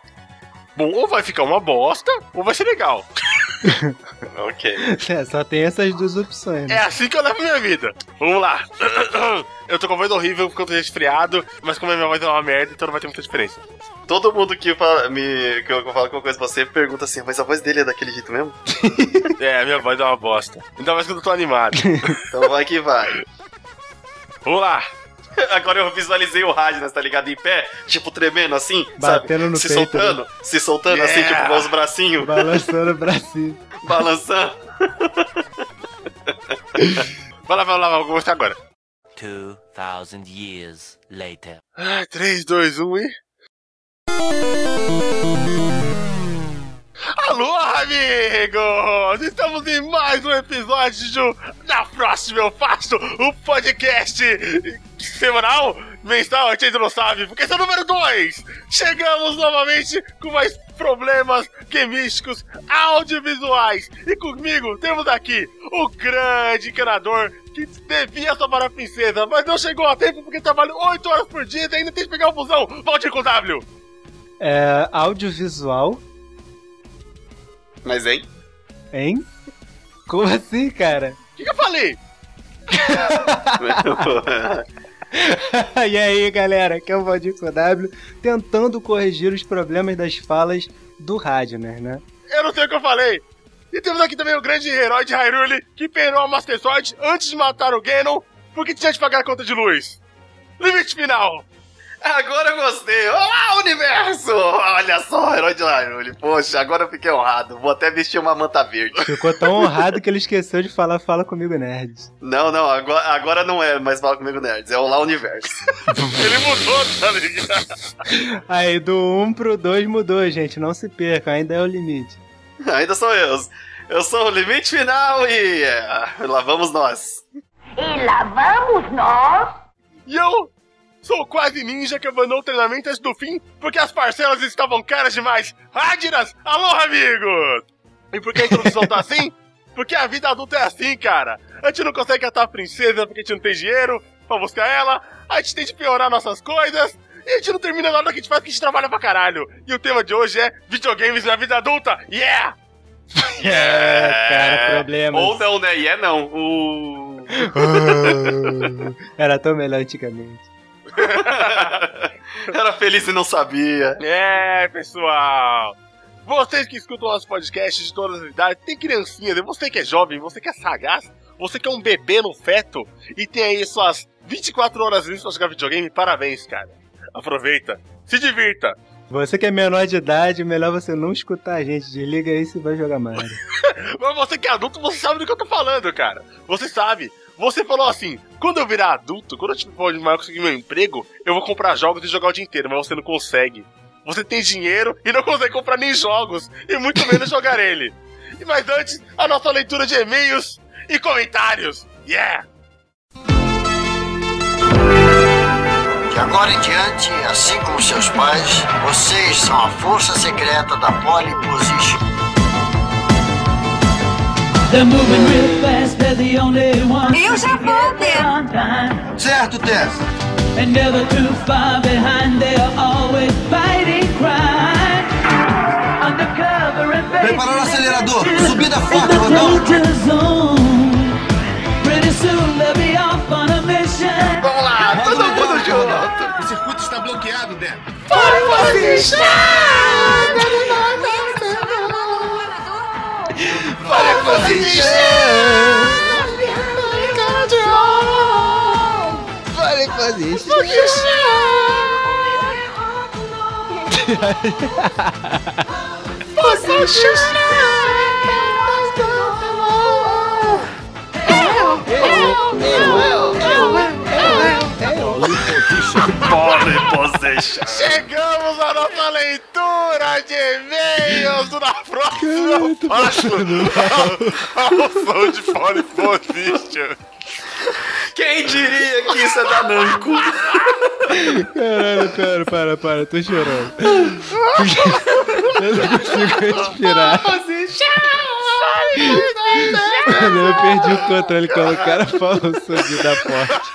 Bom, ou vai ficar uma bosta, ou vai ser legal. Ok. Só tem essas duas opções, né? É assim que eu levo minha vida. Vamos lá. Eu tô com a voz horrível porque eu tô resfriado, mas como a minha voz é uma merda, então não vai ter muita diferença. Todo mundo que eu falo alguma coisa pra você pergunta assim, mas a voz dele é daquele jeito mesmo? É, a minha voz é uma bosta. Ainda mais quando eu tô animado. Então vai que vai. Vamos lá. Agora eu visualizei o Radnas, tá ligado? Em pé, tipo, tremendo assim, batendo sabe? no se peito, soltando, né? se soltando assim, tipo, com os bracinhos. Balançando o bracinho. Balançando. Vai lá, vou mostrar agora. 2000 years later. 3, 2, 1 e... Alô, amigos! Estamos em mais um episódio Da Próxima Eu Faço, o podcast semanal, mensal, a gente ainda não sabe, porque esse é o número 2! Chegamos novamente com mais problemas gamísticos audiovisuais. E comigo temos aqui o grande encanador que devia salvar a princesa, mas não chegou a tempo porque trabalha 8 horas por dia e ainda tem que pegar o busão. Volte com o W! Audiovisual. Mas, hein? Hein? Como assim, cara? O que eu falei? E aí, galera, aqui é o Valdir com o W, tentando corrigir os problemas das falas do Radnas, né? Eu não sei o que eu falei. E temos aqui também o grande herói de Hyrule, que peinou a Master Sword antes de matar o Ganon, porque tinha de pagar a conta de luz. Limite final. Agora eu gostei. Olá, universo! Olha só, herói de Hyrule. Poxa, agora eu fiquei honrado. Vou até vestir uma manta verde. Ficou tão honrado que ele esqueceu de falar Fala Comigo, Nerds. Não, agora não é mais Fala Comigo, Nerds. É Olá, universo. Ele mudou, tá ligado? Aí do 1 pro 2 mudou, gente. Não se percam, ainda é o limite. Ainda sou eu. Eu sou o limite final e... lá vamos nós. E lá vamos nós. E eu sou quase ninja que abandonou o treinamento antes do fim porque as parcelas estavam caras demais. Radnas, alô, amigos! E por que a introdução tá assim? Porque a vida adulta é assim, cara. A gente não consegue catar a princesa porque a gente não tem dinheiro pra buscar ela. A gente tem de piorar nossas coisas. E a gente não termina nada que a gente faz porque a gente trabalha pra caralho. E o tema de hoje é videogames na vida adulta. Yeah! Cara, problemas. Ou não, né? E é não. Era tão melhor antigamente. Era feliz e não sabia. É, pessoal. Vocês que escutam nossos podcasts de todas as idades, tem criancinhas, você que é jovem, você que é sagaz, você que é um bebê no feto e tem aí suas 24 horas livres pra jogar videogame, parabéns, cara. Aproveita, se divirta. Você que é menor de idade, melhor você não escutar a gente. Desliga aí se vai jogar Mario. Mas você que é adulto, você sabe do que eu tô falando, cara. Você sabe. Você falou assim, quando eu virar adulto, quando eu for maior conseguir meu emprego, eu vou comprar jogos e jogar o dia inteiro, mas você não consegue. Você tem dinheiro e não consegue comprar nem jogos, e muito menos jogar ele. Mas antes, a nossa leitura de e-mails e comentários. Yeah! De agora em diante, assim como seus pais, vocês são a força secreta da Pole Position. Eu já vou, Té. Certo, Tess. Preparar o acelerador. Subida forte, botão. Vamos lá, todo mundo junto! O circuito está bloqueado, Té. Pole Position. Chegamos à nossa leitura de e-mails do Na Próxima Eu Faço ao som de Pole Position. Quem diria que isso é da Namco? Caralho, para, tô chorando. Eu não consigo respirar. Mano, eu perdi o controle quando o cara falou subida forte.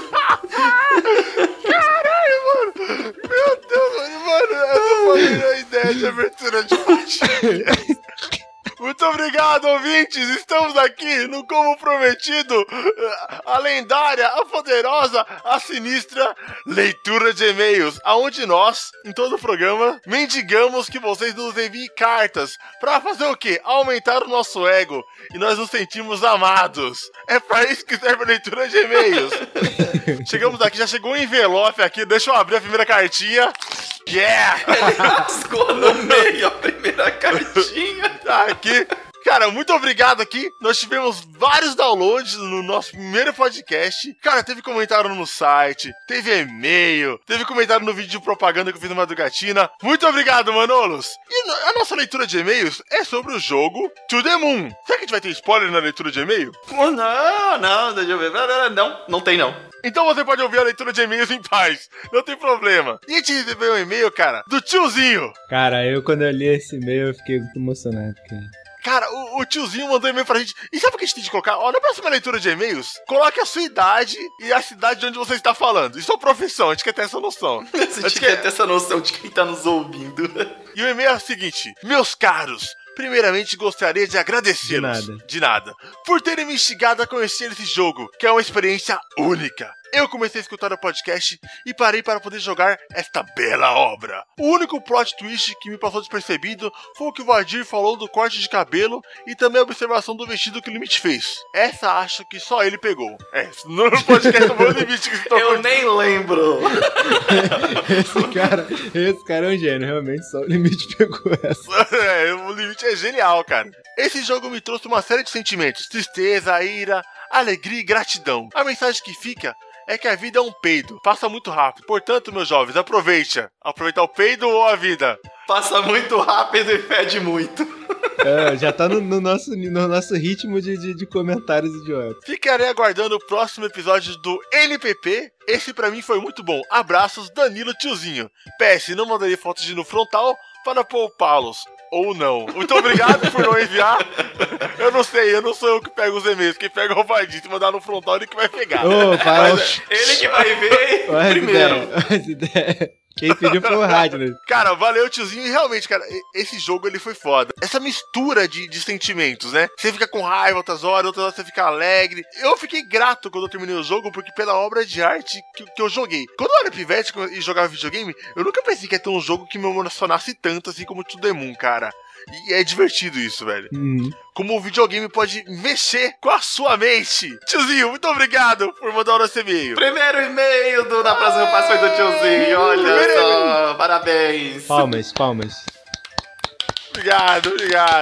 Caralho, mano! Meu Deus, mano, essa família aí ideia de abertura de podcast. Muito obrigado, ouvintes! Estamos aqui no Como Prometido, a lendária, a poderosa, a sinistra leitura de e-mails, aonde nós, em todo o programa, mendigamos que vocês nos enviem cartas pra fazer o quê? Aumentar o nosso ego e nós nos sentimos amados. É pra isso que serve a leitura de e-mails. Chegamos aqui, já chegou um envelope aqui, deixa eu abrir a primeira cartinha. Yeah! Ele rasgou no meio a primeira cartinha. Tá aqui. Cara, muito obrigado aqui. Nós tivemos vários downloads no nosso primeiro podcast. Cara, teve comentário no site, teve e-mail, teve comentário no vídeo de propaganda que eu fiz no Madrugatina. Muito obrigado, Manolos. E a nossa leitura de e-mails é sobre o jogo To The Moon. Será que a gente vai ter spoiler na leitura de e-mail? Não, deixa eu ver. Não tem não. Então você pode ouvir a leitura de e-mails em paz. Não tem problema. E a gente recebeu um e-mail, cara, do tiozinho. Cara, quando eu li esse e-mail, eu fiquei muito emocionado, cara. Cara, o tiozinho mandou e-mail pra gente. E sabe o que a gente tem de colocar? Ó, na próxima leitura de e-mails, coloque a sua idade e a cidade de onde você está falando. Isso é profissão, a gente quer ter essa noção. A gente quer ter essa noção de quem tá nos ouvindo. E o e-mail é o seguinte: meus caros, primeiramente gostaria de agradecê-los. De nada. Por terem me instigado a conhecer esse jogo, que é uma experiência única. Eu comecei a escutar o podcast e parei para poder jogar esta bela obra. O único plot twist que me passou despercebido foi o que o Vadir falou do corte de cabelo e também a observação do vestido que o Limite fez. Essa acho que só ele pegou. No podcast foi o Limite que se tocou. Eu nem lembro. Esse cara é um gênio, realmente só o Limite pegou essa. O Limite é genial, cara. Esse jogo me trouxe uma série de sentimentos: tristeza, ira, alegria e gratidão. A mensagem que fica é que a vida é um peido, passa muito rápido. Portanto, meus jovens, aproveita. Aproveitar o peido ou a vida? Passa muito rápido e fede muito. Já tá no nosso ritmo de comentários idiotas. Ficarei aguardando o próximo episódio do NPP. Esse pra mim foi muito bom. Abraços, Danilo Tiozinho. PS, não mandaria fotos de no frontal para poupá-los. Ou não. Muito obrigado por não enviar. Eu não sei, eu não sou eu que pego os e-mails. Quem pega é o Vadir. Se mandar no frontal, ele que vai pegar. Ele que vai ver primeiro. Quem pediu foi o Radler. Cara, valeu, tiozinho. E realmente, cara, esse jogo ele foi foda. Essa mistura de sentimentos, né? Você fica com raiva outras horas você fica alegre. Eu fiquei grato quando eu terminei o jogo, porque pela obra de arte que eu joguei. Quando eu era pivete e jogava videogame, eu nunca pensei que ia ter um jogo que me emocionasse tanto assim como To The Moon, cara. E é divertido isso, velho. Como o videogame pode mexer com a sua mente. Tiozinho, muito obrigado por mandar o nosso e-mail. Primeiro e-mail da próxima passo foi do tiozinho. Olha só, parabéns. Palmas. Obrigado.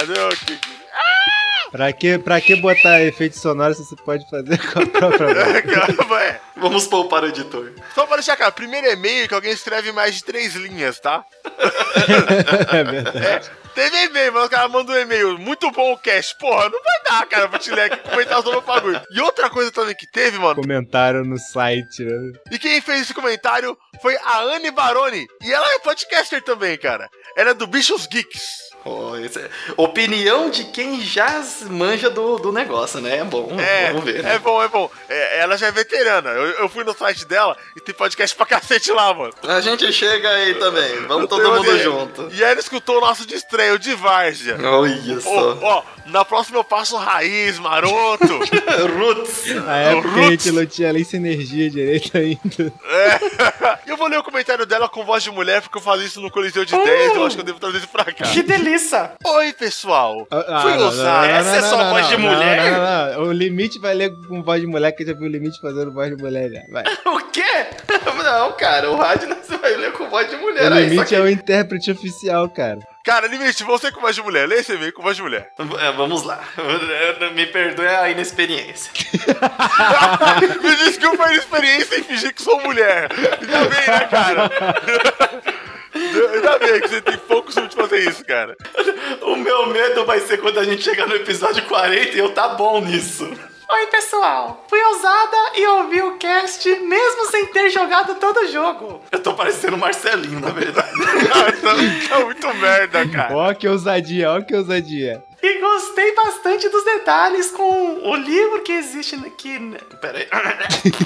Pra que botar efeito sonoro se você pode fazer com a própria voz? Vamos poupar o editor. Só pra deixar claro, primeiro e-mail que alguém escreve mais de 3 linhas, tá? É verdade. Teve e-mail, mas o cara mandou um e-mail. Muito bom o cast. Porra, não vai dar, cara, pra te ler aqui e comentar sobre o bagulho. E outra coisa também que teve, mano. Comentaram no site, né? E quem fez esse comentário foi a Anne Baroni. E ela é podcaster também, cara. Ela é do Bichos Geeks. Opinião de quem já manja do negócio, né? É bom, vamos ver, né? É bom. Ela já é veterana. Eu fui no site dela e tem podcast pra cacete lá, mano. A gente chega aí também. Vamos todo mundo junto. E ela escutou o nosso de estreia, o de Várzea. Olha só. Na próxima eu passo Raiz, Maroto. Roots. A época que a gente não tinha nem energia direito ainda. Eu vou ler o comentário dela com voz de mulher, porque eu falei isso no Coliseu de 10, eu acho que eu devo trazer isso pra cá. Que delícia! Oi, pessoal. Fui usar. Essa é só voz de mulher? Não. O Limite vai ler com voz de mulher, que eu já vi o Limite fazendo voz de mulher já. Vai. O quê? Não, cara, o rádio não se vai ler com voz de mulher. O Limite é o intérprete oficial, cara. Cara, Limite, você com voz de mulher. Lê esse e-mail com voz de mulher. Vamos lá. Me perdoe a inexperiência. Me desculpa a inexperiência em fingir que sou mulher. Ainda bem, né, cara? Ainda bem que você tem pouco costume de fazer isso, cara. O meu medo vai ser quando a gente chegar no episódio 40 e eu tá bom nisso. Oi, pessoal. Fui ousada e ouvi o cast mesmo sem ter jogado todo o jogo. Eu tô parecendo o Marcelinho, na verdade. Tá muito merda, cara. Ó que ousadia. E gostei bastante dos detalhes com o livro que existe aqui. Pera aí.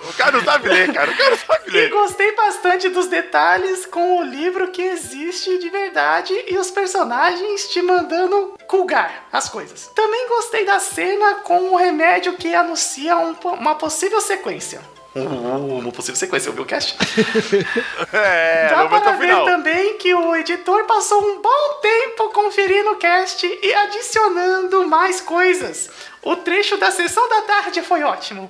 O cara não sabe ler, cara. O cara não sabe E ler. gostei bastante dos detalhes com o livro que existe de verdade e os personagens te mandando culgar as coisas. Também gostei da cena com o remédio que anuncia uma possível sequência. Uma possível sequência, ouviu o cast? É, Dá não vai para até o ver final. também que o editor passou um bom tempo conferindo o cast e adicionando mais coisas. O trecho da sessão da tarde foi ótimo.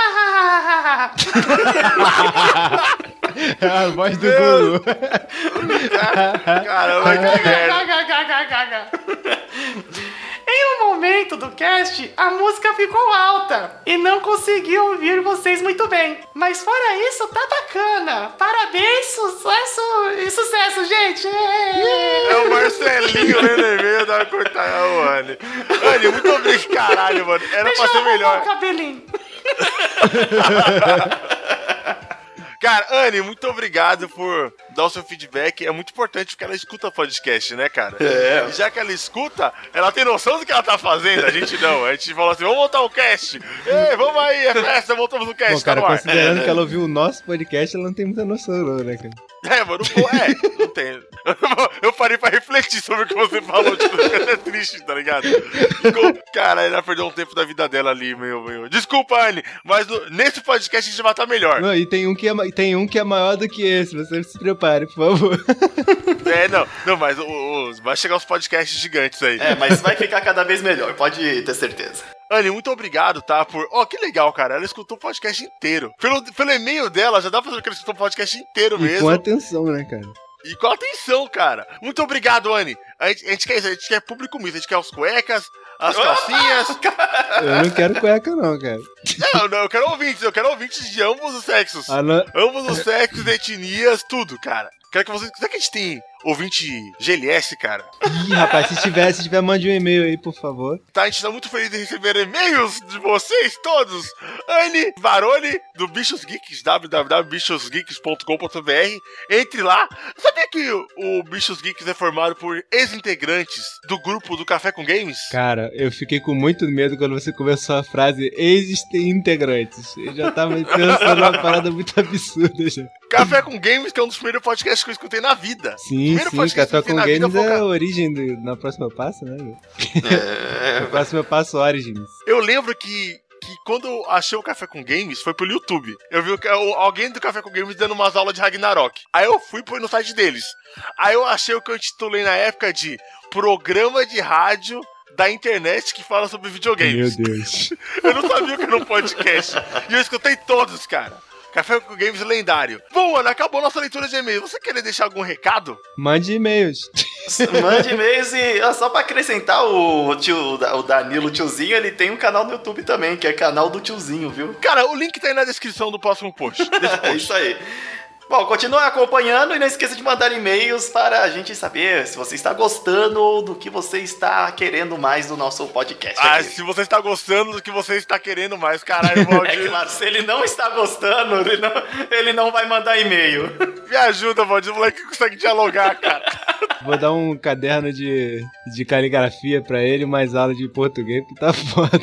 A voz do Google. Caramba, que merda. Em um momento do cast, a música ficou alta e não consegui ouvir vocês muito bem. Mas fora isso, tá bacana. Parabéns, sucesso e sucesso, gente! É o Marcelinho lendo e-mail da cortada, Anne. Anne, muito obrigado, caralho, mano. Era Deixa pra eu ser arrumar melhor. o cabelinho. Cara, Anne, muito obrigado por dar o seu feedback. É muito importante porque ela escuta podcast, né, cara? É. E já que ela escuta, ela tem noção do que ela tá fazendo. A gente não. A gente falou assim, vamos montar um cast. Ei, vamos aí, é festa, montamos um cast, Bom, cara, tá no ar. considerando que ela ouviu o nosso podcast, ela não tem muita noção, não, né, cara? É, mano, pô, não tem. Eu parei pra refletir sobre o que você falou, tipo, fica até triste, tá ligado? Cara, ela perdeu um tempo da vida dela ali, meu. Desculpa, Anne, mas nesse podcast a gente vai estar melhor. Não, e tem um que é maior do que esse, você se prepare, por favor. Não, mas vai chegar os podcasts gigantes aí. É, mas vai ficar cada vez melhor, pode ter certeza. Anne, muito obrigado, tá? Que legal, cara. Ela escutou o podcast inteiro. Pelo e-mail dela, já dá pra saber que ela escutou o podcast inteiro E mesmo. com atenção, né, cara? E com atenção, cara. Muito obrigado, Anne. A gente quer isso, a gente quer público misto. A gente quer os cuecas, as calcinhas. Eu não quero cueca, não, cara. Não, eu quero ouvintes de ambos os sexos. Não. Ambos os sexos, etnias, tudo, cara. Quero que vocês. Será que a gente tem ouvinte GLS, cara? Ih, rapaz, se tiver, mande um e-mail aí, por favor. Tá, a gente tá muito feliz em receber e-mails de vocês todos. Anne Baroni, do Bichos Geeks, www.bichosgeeks.com.br. Entre lá. Sabia que o Bichos Geeks é formado por ex-integrantes do grupo do Café com Games? Cara, eu fiquei com muito medo quando você começou a frase existem integrantes. Eu já tava pensando numa parada muito absurda já. Café com Games, que é um dos primeiros podcasts que eu escutei na vida. Sim, Podcast Café que eu com escutei na Games vida é a foi- origem na próxima passo, né? No próximo passo Origins. Eu lembro que quando eu achei o Café com Games, foi pelo YouTube. Eu vi alguém do Café com Games dando umas aulas de Ragnarok. Aí eu fui no site deles. Aí eu achei o que eu intitulei na época de Programa de Rádio da Internet que fala sobre videogames. Meu Deus. Eu não sabia que era um podcast. E eu escutei todos, cara. Café com Games lendário. Bom, Ana, acabou nossa leitura de e-mail. Você quer deixar algum recado? Mande e-mails. Mande e-mails e só pra acrescentar, o Danilo, o tiozinho, ele tem um canal no YouTube também, que é canal do tiozinho, viu? Cara, o link tá aí na descrição do próximo post. É isso aí. Bom, continue acompanhando e não esqueça de mandar e-mails para a gente saber se você está gostando ou do que você está querendo mais do nosso podcast. Ah, aqui. se você está gostando do que você está querendo mais, caralho, Valdir. É claro, se ele não está gostando, ele não vai mandar e-mail. Me ajuda, Valdir. O moleque consegue dialogar, cara. Vou dar um caderno de caligrafia pra ele, mais aula de português, porque tá foda.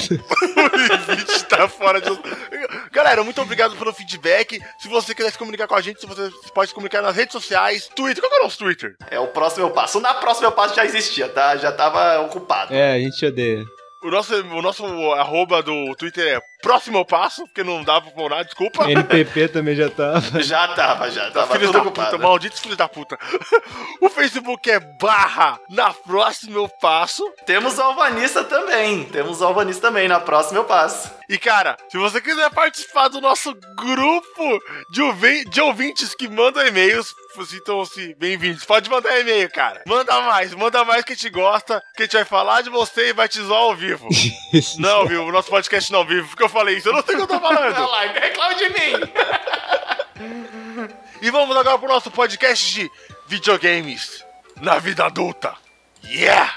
O Smith tá fora de... Galera, muito obrigado pelo feedback. Se você quiser se comunicar com a gente, você pode se comunicar nas redes sociais. Twitter, qual que é o nosso Twitter? É o próximo passo. Na próxima passo já existia, tá? Já tava ocupado. É, a gente odeia. O nosso arroba do Twitter é Próximo Passo, porque não dava pra pôr nada, desculpa. NPP também já tava. Já tava Filhos tudo da ocupado. puta, malditos filhos da puta. O Facebook é /Na Próxima Eu Passo. Temos o Alvanista também. Na próxima eu passo. E cara, se você quiser participar do nosso grupo de ouvintes que mandam e-mails, sintam-se bem-vindos. Pode mandar e-mail, cara. Manda mais que a gente gosta, que a gente vai falar de você e vai te zoar ao vivo. Não, viu? O nosso podcast não ao vivo, porque eu falei isso. Eu não sei o que eu tô falando. Olha lá, reclama de mim. E vamos agora pro nosso podcast de videogames na vida adulta. Yeah!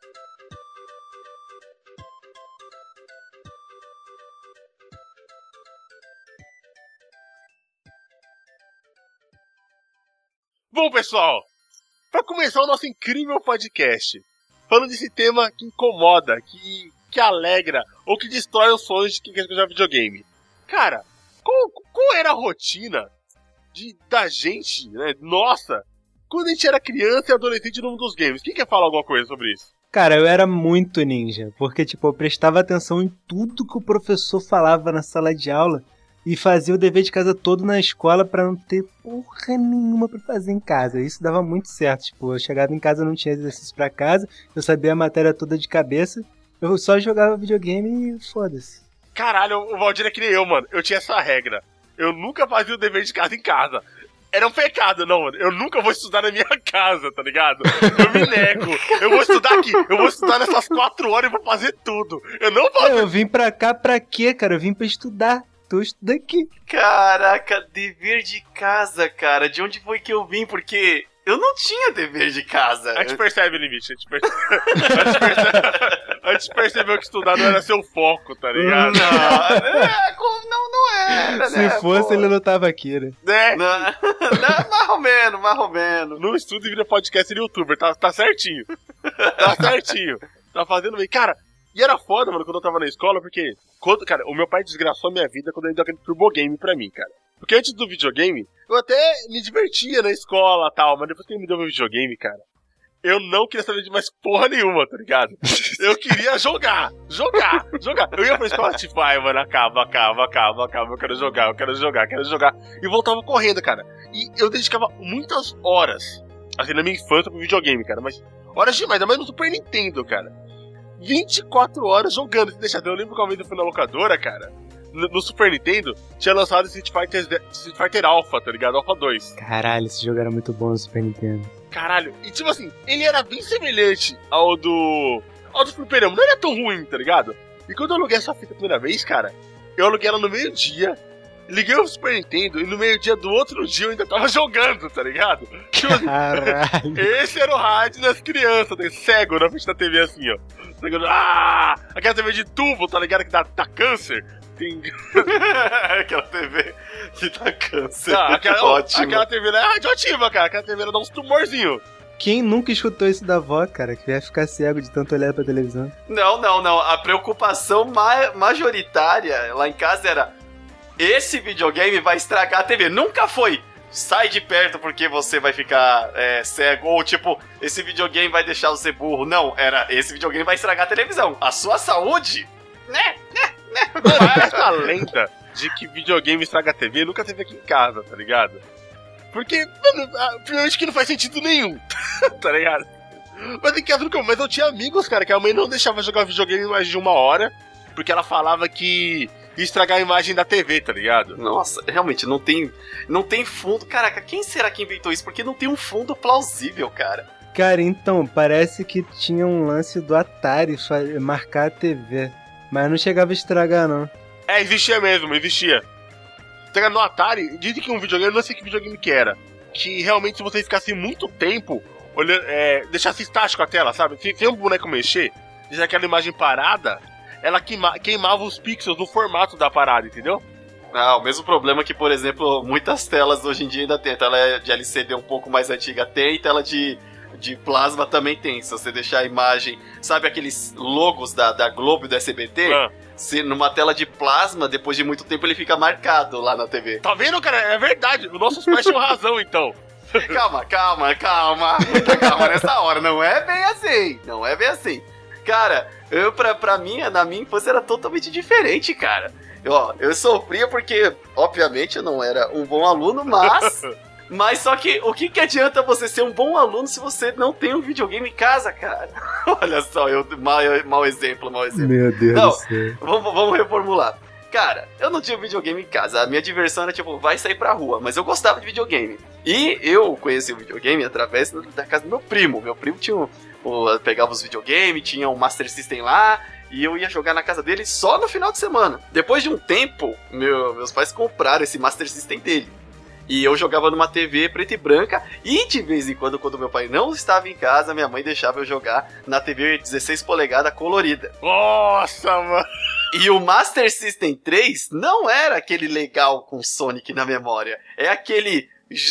Bom, pessoal, para começar o nosso incrível podcast, falando desse tema que incomoda, que alegra ou que destrói os sonhos de quem quer jogar videogame. Cara, qual era a rotina da gente, né? Nossa, quando a gente era criança e adolescente no mundo dos games. Quem quer falar alguma coisa sobre isso? Cara, eu era muito ninja, porque, tipo, eu prestava atenção em tudo que o professor falava na sala de aula e fazia o dever de casa todo na escola pra não ter porra nenhuma pra fazer em casa. Isso dava muito certo, tipo, eu chegava em casa, não tinha exercício pra casa, eu sabia a matéria toda de cabeça, eu só jogava videogame e foda-se. Caralho, o Valdir é que nem eu, mano. Eu tinha essa regra. Eu nunca fazia o dever de casa em casa. Era um pecado, não, mano. Eu nunca vou estudar na minha casa, tá ligado? Eu me nego. Eu vou estudar aqui. Eu vou estudar nessas 4 horas e vou fazer tudo. Eu não vou... Eu vim pra cá pra quê, cara? Eu vim pra estudar. Tô estudando aqui. Caraca, dever de casa, cara. De onde foi que eu vim? Porque eu não tinha dever de casa. A gente percebe o limite. A gente percebeu que estudar não era seu foco, tá ligado? Não era, Se né? fosse, pô. ele não tava aqui, né? Né? Não, mais ou menos. Não estuda e vira podcast e youtuber, tá certinho. Tá certinho. Tá fazendo bem. Cara, e era foda, mano, quando eu tava na escola, porque... Cara, o meu pai desgraçou a minha vida quando ele deu aquele turbo game pra mim, cara. Porque antes do videogame, eu até me divertia na escola e tal, mas depois que ele me deu meu videogame, cara, eu não queria saber de mais porra nenhuma, tá ligado? Eu queria jogar. Eu ia pra escola, tipo, ai, mano, acaba, eu quero jogar. E voltava correndo, cara. E eu dedicava muitas horas, assim, na minha infância pro videogame, cara, mas horas demais, ainda mais no Super Nintendo, cara. 24 horas jogando, se deixar. Eu lembro que uma vez eu fui na locadora, cara, no Super Nintendo, tinha lançado Street Fighter Alpha, tá ligado? Alpha 2. Caralho, esse jogo era muito bom no Super Nintendo. Caralho, e tipo assim, ele era bem semelhante ao do fliperama, não era tão ruim, tá ligado? E quando eu aluguei essa fita a primeira vez, cara, eu aluguei ela no meio-dia, liguei o Super Nintendo e no meio-dia do outro dia eu ainda tava jogando, tá ligado? Tipo assim, Caralho. esse era o rádio das crianças, né? Cego na frente da TV assim, ó. Aquela TV de tubo, tá ligado? Que dá câncer. Tem... Aquela TV que dá câncer. Ótimo. Aquela TV é radioativa, cara. Aquela TV dá uns tumorzinhos. Quem nunca escutou isso da avó, cara? Que ia ficar cego de tanto olhar pra televisão. Não. A preocupação majoritária lá em casa era: esse videogame vai estragar a TV. Nunca foi: sai de perto porque você vai ficar cego. Ou tipo, esse videogame vai deixar você burro. Não, era: esse videogame vai estragar a televisão. A sua saúde, né? Mano, essa lenda de que videogame estraga a TV nunca teve aqui em casa, tá ligado? Porque, mano, primeiramente que não faz sentido nenhum, tá ligado? Mas em casa nunca. Mas eu tinha amigos, cara, que a mãe não deixava jogar videogame mais de 1 hora, porque ela falava que ia estragar a imagem da TV, tá ligado? Nossa, realmente, não tem fundo. Caraca, quem será que inventou isso? Porque não tem um fundo plausível, cara. Cara, então, parece que tinha um lance do Atari marcar a TV. Mas não chegava a estragar, não. Existia mesmo, existia. No Atari, dizem que um videogame, não sei que videogame que era, que realmente se você ficasse muito tempo olhando, deixasse estático a tela, sabe? Sem um boneco mexer, deixar aquela imagem parada, ela queimava os pixels no formato da parada, entendeu? Ah, o mesmo problema que, por exemplo, muitas telas hoje em dia ainda tem. A tela de LCD um pouco mais antiga tem, e tela de plasma também tem. Se você deixar a imagem, sabe aqueles logos da Globo e do SBT? Se numa tela de plasma, depois de muito tempo ele fica marcado lá na TV. Tá vendo, cara? É verdade. Os nossos pais tinham razão, então. Calma. Muita calma nessa hora. Não é bem assim. Cara, na minha infância era totalmente diferente, cara. Eu sofria porque, obviamente, eu não era um bom aluno, mas só que o que adianta você ser um bom aluno se você não tem um videogame em casa, cara? Olha só, mau exemplo. Meu Deus do céu. Vamos reformular. Cara, eu não tinha videogame em casa. A minha diversão era tipo, vai sair pra rua. Mas eu gostava de videogame. E eu conheci o videogame através da casa do meu primo. Meu primo tinha pegava os videogames, tinha um Master System lá, e eu ia jogar na casa dele só no final de semana. Depois de um tempo, meus pais compraram esse Master System dele. E eu jogava numa TV preta e branca. E de vez em quando meu pai não estava em casa, minha mãe deixava eu jogar na TV 16 polegadas colorida. Nossa, mano! E o Master System 3 não era aquele legal com Sonic na memória. É aquele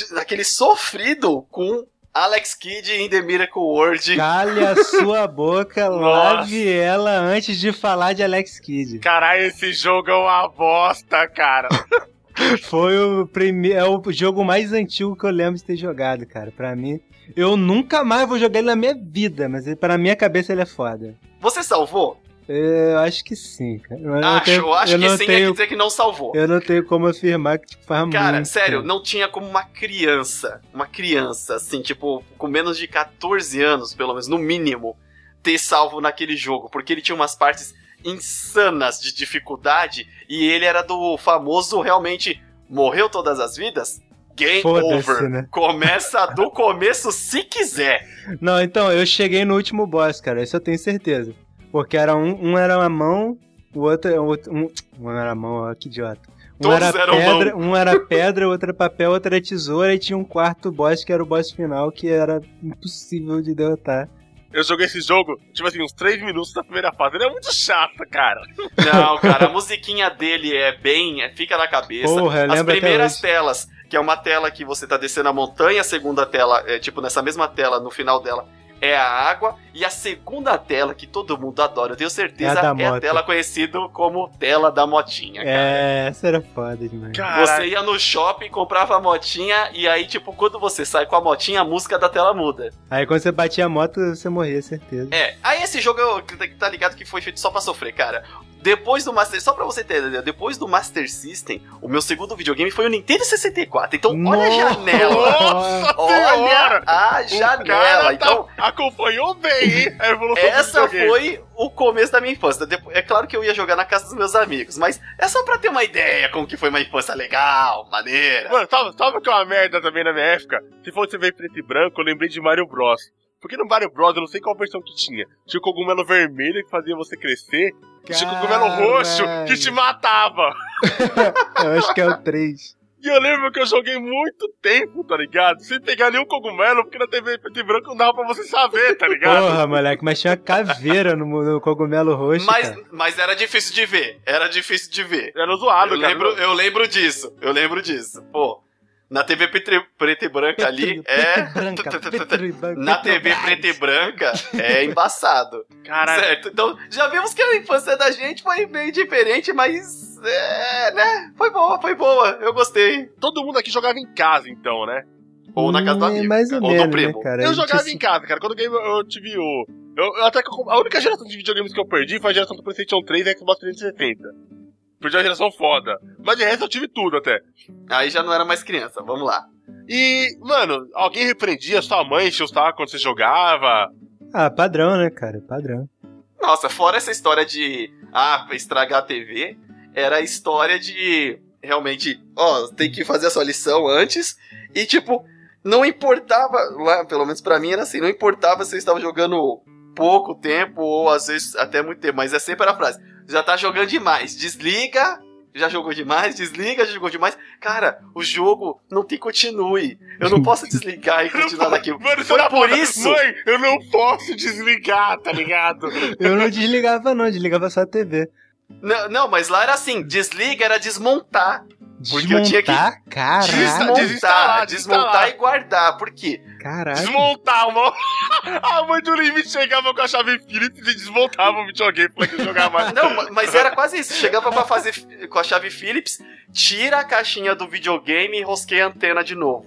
sofrido com Alex Kidd em The Miracle World. Calha a sua boca, lave ela antes de falar de Alex Kidd. Caralho, esse jogo é uma bosta, cara. Foi o primeiro. É o jogo mais antigo que eu lembro de ter jogado, cara. Pra mim. Eu nunca mais vou jogar ele na minha vida, mas pra minha cabeça ele é foda. Você salvou? Eu acho que sim, cara. Acho que sim, quer dizer que não salvou. Eu não tenho como afirmar que tipo, faz Cara, muito, sério, cara. não tinha como uma criança, assim, tipo, com menos de 14 anos, pelo menos, no mínimo, ter salvo naquele jogo, porque ele tinha umas partes insanas de dificuldade e ele era do famoso, realmente, morreu todas as vidas? Game over. Né? Começa do começo se quiser. Não, então, eu cheguei no último boss, cara, isso eu tenho certeza. Porque era um era uma mão, o outro um era mão, ó, que idiota. Um era pedra, outro era papel, outro era tesoura e tinha um quarto boss que era o boss final que era impossível de derrotar. Eu joguei esse jogo, tipo assim, uns 3 minutos da primeira fase. Ele é muito chato, cara. Não, cara, a musiquinha dele fica na cabeça. Porra, as primeiras telas, que é uma tela que você tá descendo a montanha, a segunda tela, tipo, nessa mesma tela, no final dela, é a água, e a segunda tela, que todo mundo adora, eu tenho certeza, é a tela conhecida como tela da motinha, cara. Essa era foda demais. Caraca. Você ia no shopping, comprava a motinha, e aí, tipo, quando você sai com a motinha, a música da tela muda. Aí quando você batia a moto, você morria, certeza. Aí esse jogo, tá ligado que foi feito só pra sofrer, cara. Depois do Master... Só pra você ter ideia, depois do Master System, o meu segundo videogame foi o Nintendo 64. Então, olha a janela. Nossa olha a janela. Então, acompanhou bem, hein? A evolução essa foi o começo da minha infância. É claro que eu ia jogar na casa dos meus amigos, mas é só pra ter uma ideia como que foi uma infância legal, maneira. Mano, sabe o que é uma merda também na minha época? Se fosse ver preto e branco, eu lembrei de Mario Bros. Porque no Mario Bros, eu não sei qual versão que tinha. Tinha o cogumelo vermelho que fazia você crescer. Tinha o cogumelo roxo que te matava. Eu acho que é o 3. E eu lembro que eu joguei muito tempo, tá ligado? Sem pegar nenhum cogumelo, porque na TV preto e branco não dava pra você saber, tá ligado? Porra, moleque, mas tinha caveira no cogumelo roxo, mas era difícil de ver. Era zoado, cara. Eu lembro disso. Pô. Na TV preta e branca ali na TV preta e branca é embaçado. Caralho. Certo? Então, já vimos que a infância da gente foi meio diferente, mas né? Foi boa. Eu gostei. Todo mundo aqui jogava em casa, então, né? Ou na casa do amigo. Mais ou ou menos, do primo. né, cara? Eu jogava em casa, cara. Quando eu tive o... a única geração de videogames que eu perdi foi a geração do PlayStation 3 e Xbox 360. Perdi uma geração foda. Mas de resto eu tive tudo até. Aí já não era mais criança, vamos lá. E, mano, alguém repreendia sua mãe, enchia o saco quando você jogava? Ah, padrão, né, cara? Padrão. Nossa, fora essa história de estragar a TV, era a história de realmente, tem que fazer a sua lição antes. E tipo, não importava, lá, pelo menos pra mim era assim, não importava se eu estava jogando pouco tempo ou às vezes até muito tempo, mas é sempre a frase: já tá jogando demais, desliga, já jogou demais, desliga, já jogou demais. Cara, o jogo não tem continue. Eu não posso desligar e continuar daquilo. Mano, foi por isso. Mãe, eu não posso desligar, tá ligado? Eu não desligava não, desligava só a TV. Não, mas lá era assim, desliga era desmontar. Porque eu tinha que desmontar e guardar. Por quê? Caralho. Desmontar, mano. A mãe do Limite chegava com a chave Phillips e desmontava o videogame pra que jogar mais. Não, mas era quase isso. Chegava pra fazer com a chave Phillips, tira a caixinha do videogame e rosqueia a antena de novo.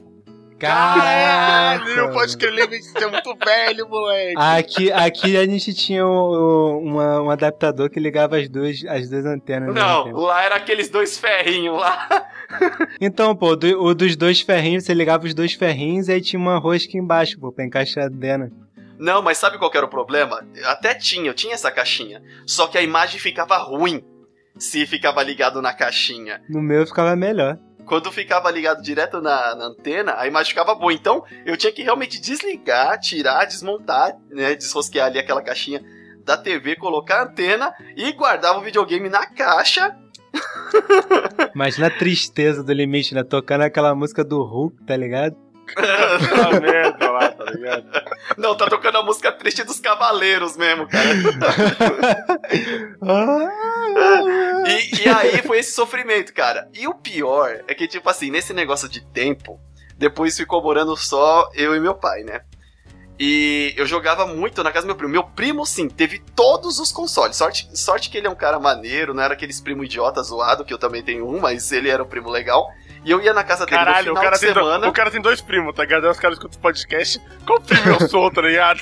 Caralho, pode crer, você é muito velho, moleque. Aqui a gente tinha um adaptador que ligava as duas antenas. Não, lá era aqueles 2 ferrinhos lá. Então, pô, o dos 2 ferrinhos, você ligava os 2 ferrinhos e aí tinha uma rosca embaixo, pô, pra encaixar a antena. Não, mas sabe qual que era o problema? Eu tinha essa caixinha, só que a imagem ficava ruim se ficava ligado na caixinha. No meu ficava melhor. Quando ficava ligado direto na antena, a imagem ficava boa. Então, eu tinha que realmente desligar, tirar, desmontar, né, desrosquear ali aquela caixinha da TV, colocar a antena e guardava o videogame na caixa. Imagina a tristeza do Limite, né? Tocando aquela música do Hulk, tá ligado? Tá merda lá, tá ligado? Não, tá tocando a música triste dos Cavaleiros mesmo, cara. E aí foi esse sofrimento, cara. E o pior é que, tipo assim, nesse negócio de tempo, depois ficou morando só eu e meu pai, né? E eu jogava muito na casa do meu primo. Meu primo, sim, teve todos os consoles. Sorte que ele é um cara maneiro, não era aqueles primo idiota zoado, que eu também tenho um, mas ele era um primo legal. E eu ia na casa dele no final de semana. O cara tem 2 primos, tá ligado? Aí os caras escutam o podcast. Qual primo eu sou, tá ligado?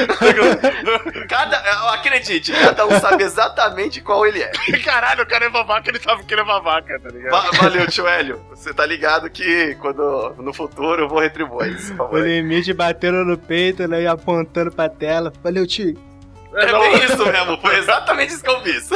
Acredite, cada um sabe exatamente qual ele é. Caralho, o cara é babaca, ele sabe que ele é babaca, tá ligado? Valeu, tio Hélio. Você tá ligado que quando no futuro eu vou retribuir isso, por favor. O limite batendo no peito, né? E apontando pra tela. Valeu, tio. É bem isso mesmo, foi exatamente isso que eu fiz.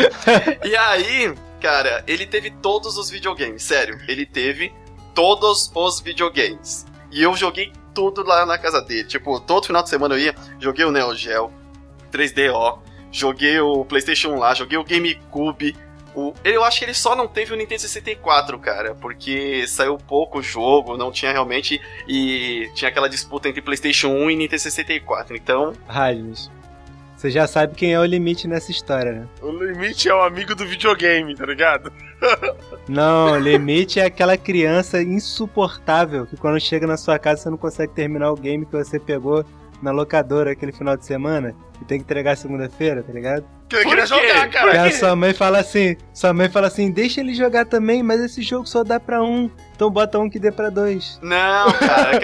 E aí, cara, ele teve todos os videogames, sério. Ele teve todos os videogames. E eu joguei tudo lá na casa dele. Tipo, todo final de semana eu ia, joguei o Neo Geo, 3DO, joguei o PlayStation lá, joguei o GameCube. Eu acho que ele só não teve o Nintendo 64, cara, porque saiu pouco jogo, não tinha realmente, e tinha aquela disputa entre PlayStation 1 e Nintendo 64, então... Radimus, você já sabe quem é o limite nessa história, né? O limite é o amigo do videogame, tá ligado? Não, o limite é aquela criança insuportável que quando chega na sua casa você não consegue terminar o game que você pegou na locadora aquele final de semana e tem que entregar segunda-feira, tá ligado? Eu queria jogar, cara. Porque a sua mãe fala assim, deixa ele jogar também, mas esse jogo só dá pra um, então bota um que dê pra 2. Não,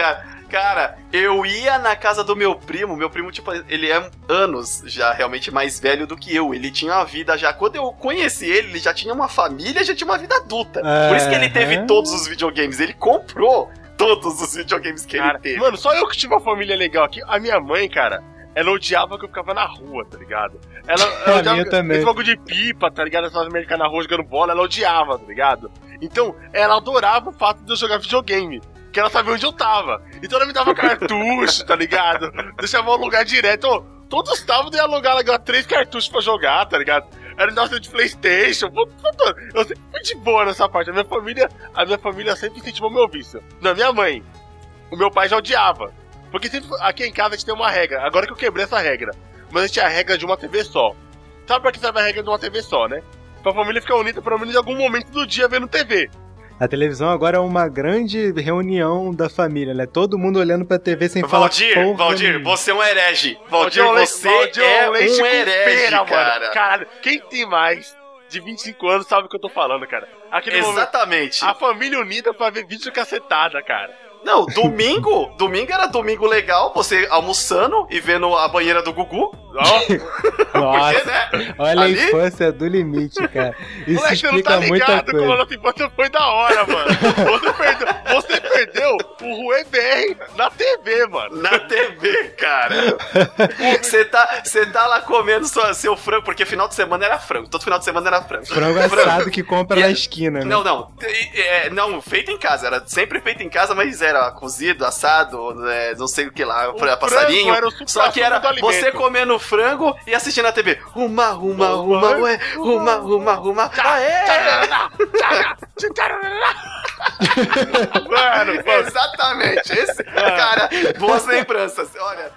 cara, eu ia na casa do meu primo, tipo, ele é anos já realmente mais velho do que eu, ele tinha uma vida já, quando eu conheci ele já tinha uma família, já tinha uma vida adulta, por isso que ele teve todos os videogames, ele comprou todos os videogames que ele teve. Mano, só eu que tive uma família legal aqui, a minha mãe, cara, ela odiava que eu ficava na rua, tá ligado? Ela odiava esse bagulho de pipa, tá ligado? Essas americanas na rua jogando bola, ela odiava, tá ligado? Então, ela adorava o fato de eu jogar videogame. Que ela sabia onde eu tava. Então ela me dava cartucho, tá ligado? Deixava eu alugar direto. Todo sábado eu ia alugar 3 cartuchos pra jogar, tá ligado? Era nossa de PlayStation. Eu sempre fui de boa nessa parte. A minha família sempre incentivou meu vício. Não, minha mãe. O meu pai já odiava. Porque sempre, aqui em casa a gente tem uma regra. Agora que eu quebrei essa regra. Mas a gente tinha a regra de uma TV só. Sabe pra que serve a regra de uma TV só, né? Pra família ficar unida pelo menos em algum momento do dia vendo TV. A televisão agora é uma grande reunião da família, né? Todo mundo olhando pra TV sem falar porra. Valdir, você é um herege. Valdir, você é um herege, cara. Mano. Caralho, quem tem mais de 25 anos sabe o que eu tô falando, cara. Exatamente. A família unida pra ver vídeo cacetada, cara. Não, domingo era domingo legal, você almoçando e vendo a banheira do Gugu. Nossa, porque, né? Olha a infância do limite, cara. Isso moleque, explica muita coisa. Você não tá ligado como a nossa infância foi da hora, mano. Você perdeu o Rue BR na TV, mano. Na TV, cara. Você tá lá comendo seu frango, porque final de semana era frango. Todo final de semana era frango. Frango assado que compra na esquina, né? Não, feito em casa. Era sempre feito em casa, mas era cozido, assado, não sei o que lá, passarinho. Só que era você comendo frango e assistindo a TV. Uma, Mano, exatamente. Cara, boas lembranças. Olha.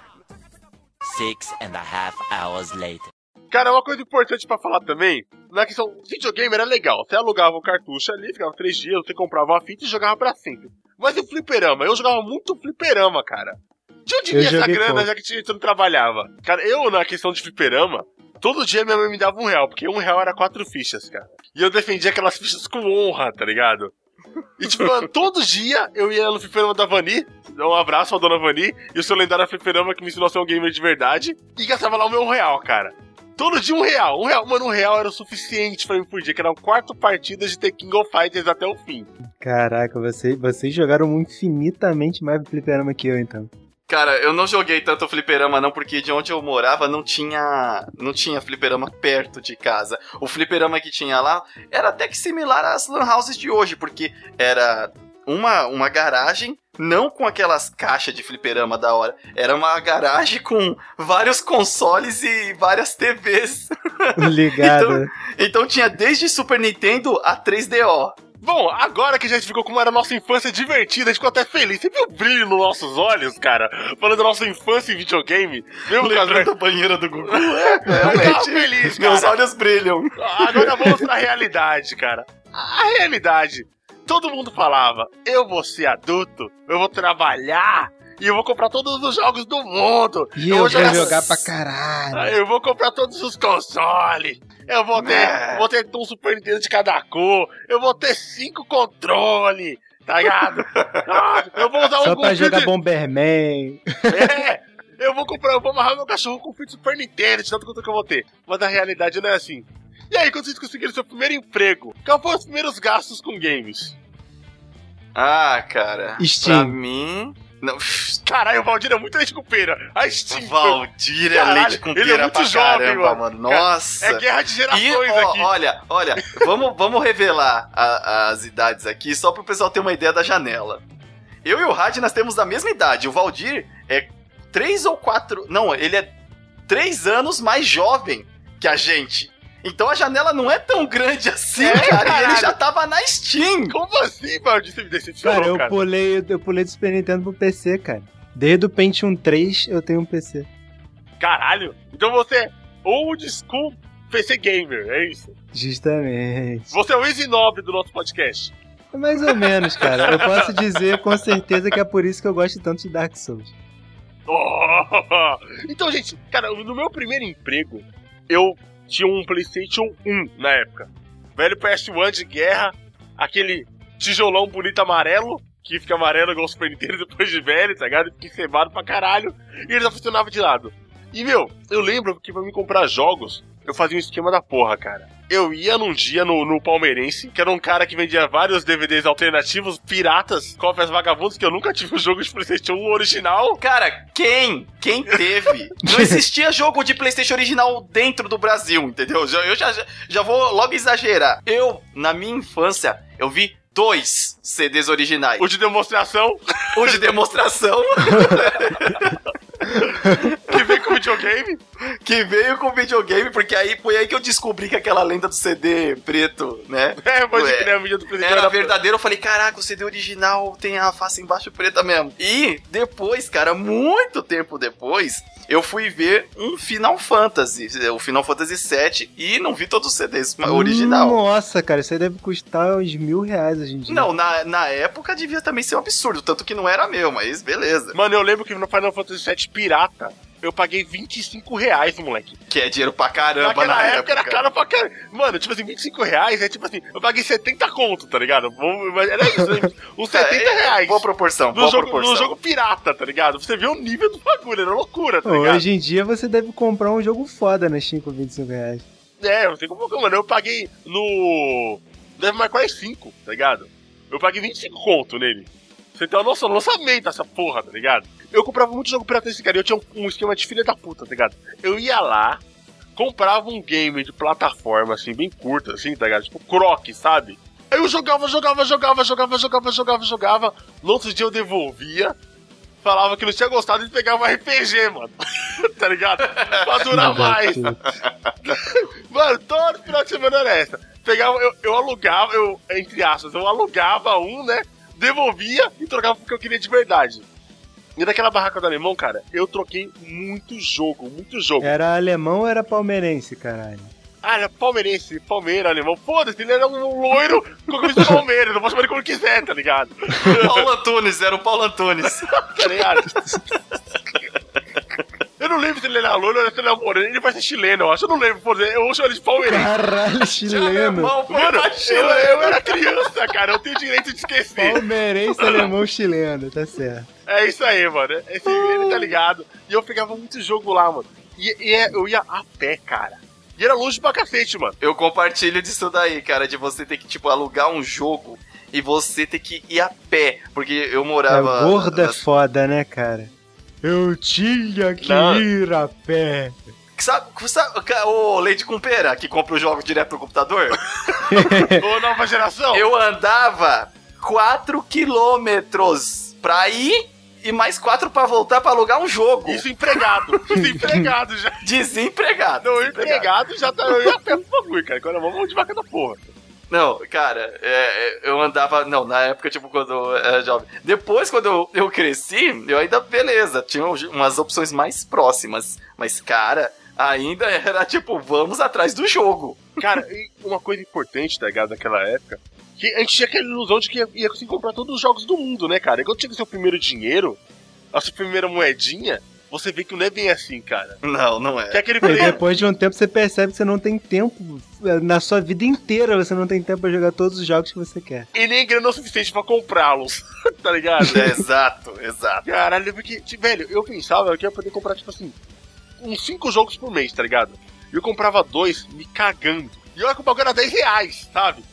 6.5 hours later. Cara, uma coisa importante pra falar também, na questão, videogame era legal. Você alugava o cartucho ali, ficava 3 dias, você comprava uma fita e jogava pra sempre. Mas o fliperama, eu jogava muito fliperama, cara. De onde vinha essa grana, já que a gente não trabalhava? Cara, eu, na questão de fliperama, todo dia minha mãe me dava R$1, porque R$1 era 4 fichas, cara. E eu defendia aquelas fichas com honra, tá ligado? E tipo, mano, todo dia eu ia no fliperama da Vani, dar um abraço à dona Vani, e o seu lendário fliperama que me ensinou a ser um gamer de verdade, e gastava lá o meu R$1, cara. Todo dia R$1. Mano, R$1 era o suficiente pra mim por dia, que eram 4 partidas de The King of Fighters até o fim. Caraca, vocês jogaram infinitamente mais fliperama que eu, então. Cara, eu não joguei tanto fliperama não, porque de onde eu morava não tinha fliperama perto de casa. O fliperama que tinha lá era até que similar às lan houses de hoje, porque era uma garagem, não com aquelas caixas de fliperama da hora. Era uma garagem com vários consoles e várias TVs. Ligado. Então tinha desde Super Nintendo a 3DO. Bom, agora que a gente ficou como era a nossa infância divertida, a gente ficou até feliz. Você viu o brilho nos nossos olhos, cara? Falando da nossa infância em videogame? Mesmo lembrando da banheira do Google. Eu tava feliz, cara. Meus olhos brilham. Agora vamos pra realidade, cara. A realidade. Todo mundo falava, eu vou ser adulto, eu vou trabalhar, E eu vou comprar todos os jogos do mundo. E eu vou jogar pra caralho. Eu vou comprar todos os consoles. Eu vou ter um Super Nintendo de cada cor. Eu vou ter 5 controles. Tá ligado? Eu vou usar só pra jogar Bomberman. Eu vou amarrar meu cachorro com fita Super Nintendo, de tanto quanto que eu vou ter. Mas a realidade não é assim. E aí, quando vocês conseguiram seu primeiro emprego, qual foram os primeiros gastos com games? Ah, cara. Steam. Pra mim... Não. Caralho, o Valdir é muito leite com pera. A Steam. O Valdir é leite com pera. Ele é muito jovem, caramba, mano. Nossa. É guerra de gerações aqui. Olha, vamos revelar as idades aqui, só pro pessoal ter uma ideia da janela. Eu e o Had, nós temos a mesma idade. O Valdir é 3 ou 4... Não, ele é 3 anos mais jovem que a gente. Então a janela não é tão grande assim, cara. E ele já tava na Steam. Como assim, Valdir? Você me decepcionou, cara? Eu pulei do Super Nintendo pro PC, cara. Desde o Pentium 3 eu tenho um PC. Caralho. Então você é old school PC gamer, é isso? Justamente. Você é o Easy Nobre do nosso podcast. Mais ou menos, cara. Eu posso dizer com certeza que é por isso que eu gosto tanto de Dark Souls. Então, gente, cara, no meu primeiro emprego, eu tinha um PlayStation 1 na época. Velho PS1 de guerra, aquele tijolão bonito amarelo, que fica amarelo igual o Super Nintendo depois de velho, tá ligado? Fica encebado pra caralho, e ele já funcionava de lado. E, eu lembro que pra me comprar jogos, eu fazia um esquema da porra, cara. Eu ia num dia no Palmeirense, que era um cara que vendia vários DVDs alternativos, piratas, cópias vagabundas, que eu nunca tive um jogo de PlayStation 1 original. Cara, quem teve? Não existia jogo de PlayStation original dentro do Brasil, entendeu? Eu já vou logo exagerar. Na minha infância, eu vi 2 CDs originais. O de demonstração. O de demonstração. Que veio com videogame? Que veio com videogame, porque aí foi aí que eu descobri que aquela lenda do CD preto, né? Pode crer, a mídia do presidente era verdadeiro. Eu falei, caraca, o CD original tem a face embaixo preta mesmo. E depois, cara, muito tempo depois, eu fui ver um Final Fantasy, o Final Fantasy VII, e não vi todos os CDs original. Nossa, cara, isso aí deve custar uns R$1.000 hoje em dia. Não, na época devia também ser um absurdo, tanto que não era meu, mas beleza. Mano, eu lembro que no Final Fantasy VII pirata, eu paguei R$25, moleque. Que é dinheiro pra caramba na época. Era caro pra caramba. Mano, tipo assim, R$25 é tipo assim, eu paguei 70 conto, tá ligado? Era isso, uns R$70. Boa proporção, no jogo pirata, tá ligado? Você vê o nível do bagulho, era loucura, tá ligado? Hoje em dia você deve comprar um jogo foda na Steam com R$25. Eu sei como, mano, eu paguei no Devil May Cry 5, tá ligado? Eu paguei 25 conto nele. Você tem uma noção, lançamento dessa porra, tá ligado? Eu comprava muito jogo pirata desse cara, eu tinha um esquema de filha da puta, tá ligado? Eu ia lá, comprava um game de plataforma, assim, bem curto, assim, tá ligado? Tipo Croc, sabe? Aí eu jogava. No outro dia eu devolvia, falava que não tinha gostado e pegava um RPG, mano. Tá ligado? Pra durar mais. Mano, todo final de semana era essa. Pegava, eu alugava, entre aspas, eu alugava um, né? Devolvia e trocava porque eu queria de verdade. E naquela barraca do alemão, cara, eu troquei muito jogo. Era alemão ou era palmeirense, caralho? Ah, era palmeirense, Palmeiras, alemão. Foda-se, ele era um loiro com a camisa do Palmeiras. Eu posso chamar ele como quiser, tá ligado? Paulo Antunes, era o Paulo Antunes. Tá ligado? Eu não lembro se ele era loiro ou se ele era moreno. Ele vai ser chileno, eu acho. Eu não lembro, por exemplo. Eu chamo ele de palmeirense. Caralho, chileno. Mano, eu era criança, cara. Eu tenho direito de esquecer. Palmeirense, alemão, chileno. Tá certo. É isso aí, mano. Ele tá ligado. E eu pegava muito jogo lá, mano. Eu ia a pé, cara. E era longe pra cacete, mano. Eu compartilho disso daí, cara. De você ter que, tipo, alugar um jogo e você ter que ir a pé. Porque eu morava... Gordo é foda, né, cara? Eu tinha que ir a pé. Sabe o leite com pera que compra o jogo direto pro computador? Ô, nova geração. Eu andava 4 quilômetros pra ir e mais 4 pra voltar pra alugar um jogo. Isso empregado. Desempregado já. Desempregado. Não, empregado já tá. Eu ia a pé pro bagulho, cara. Agora vamos de vaca da porra. Não, cara, eu andava... Não, na época, tipo, quando eu era jovem. Depois, quando eu cresci, eu ainda, beleza, tinha umas opções mais próximas. Mas, cara, ainda era, tipo, vamos atrás do jogo. Cara, e uma coisa importante, tá ligado, naquela época, que a gente tinha aquela ilusão de que ia conseguir comprar todos os jogos do mundo, né, cara? E quando tinha o seu primeiro dinheiro, a sua primeira moedinha, você vê que não é bem assim, cara. Não é. Que é aquele E play... depois de um tempo você percebe que você não tem tempo. Na sua vida inteira você não tem tempo pra jogar todos os jogos que você quer. E nem grana o suficiente pra comprá-los, tá ligado? Exato. Caralho, porque, velho, eu pensava que eu ia poder comprar, tipo assim, uns 5 jogos por mês, tá ligado? E eu comprava 2 me cagando. E olha que o bagulho era R$10, sabe?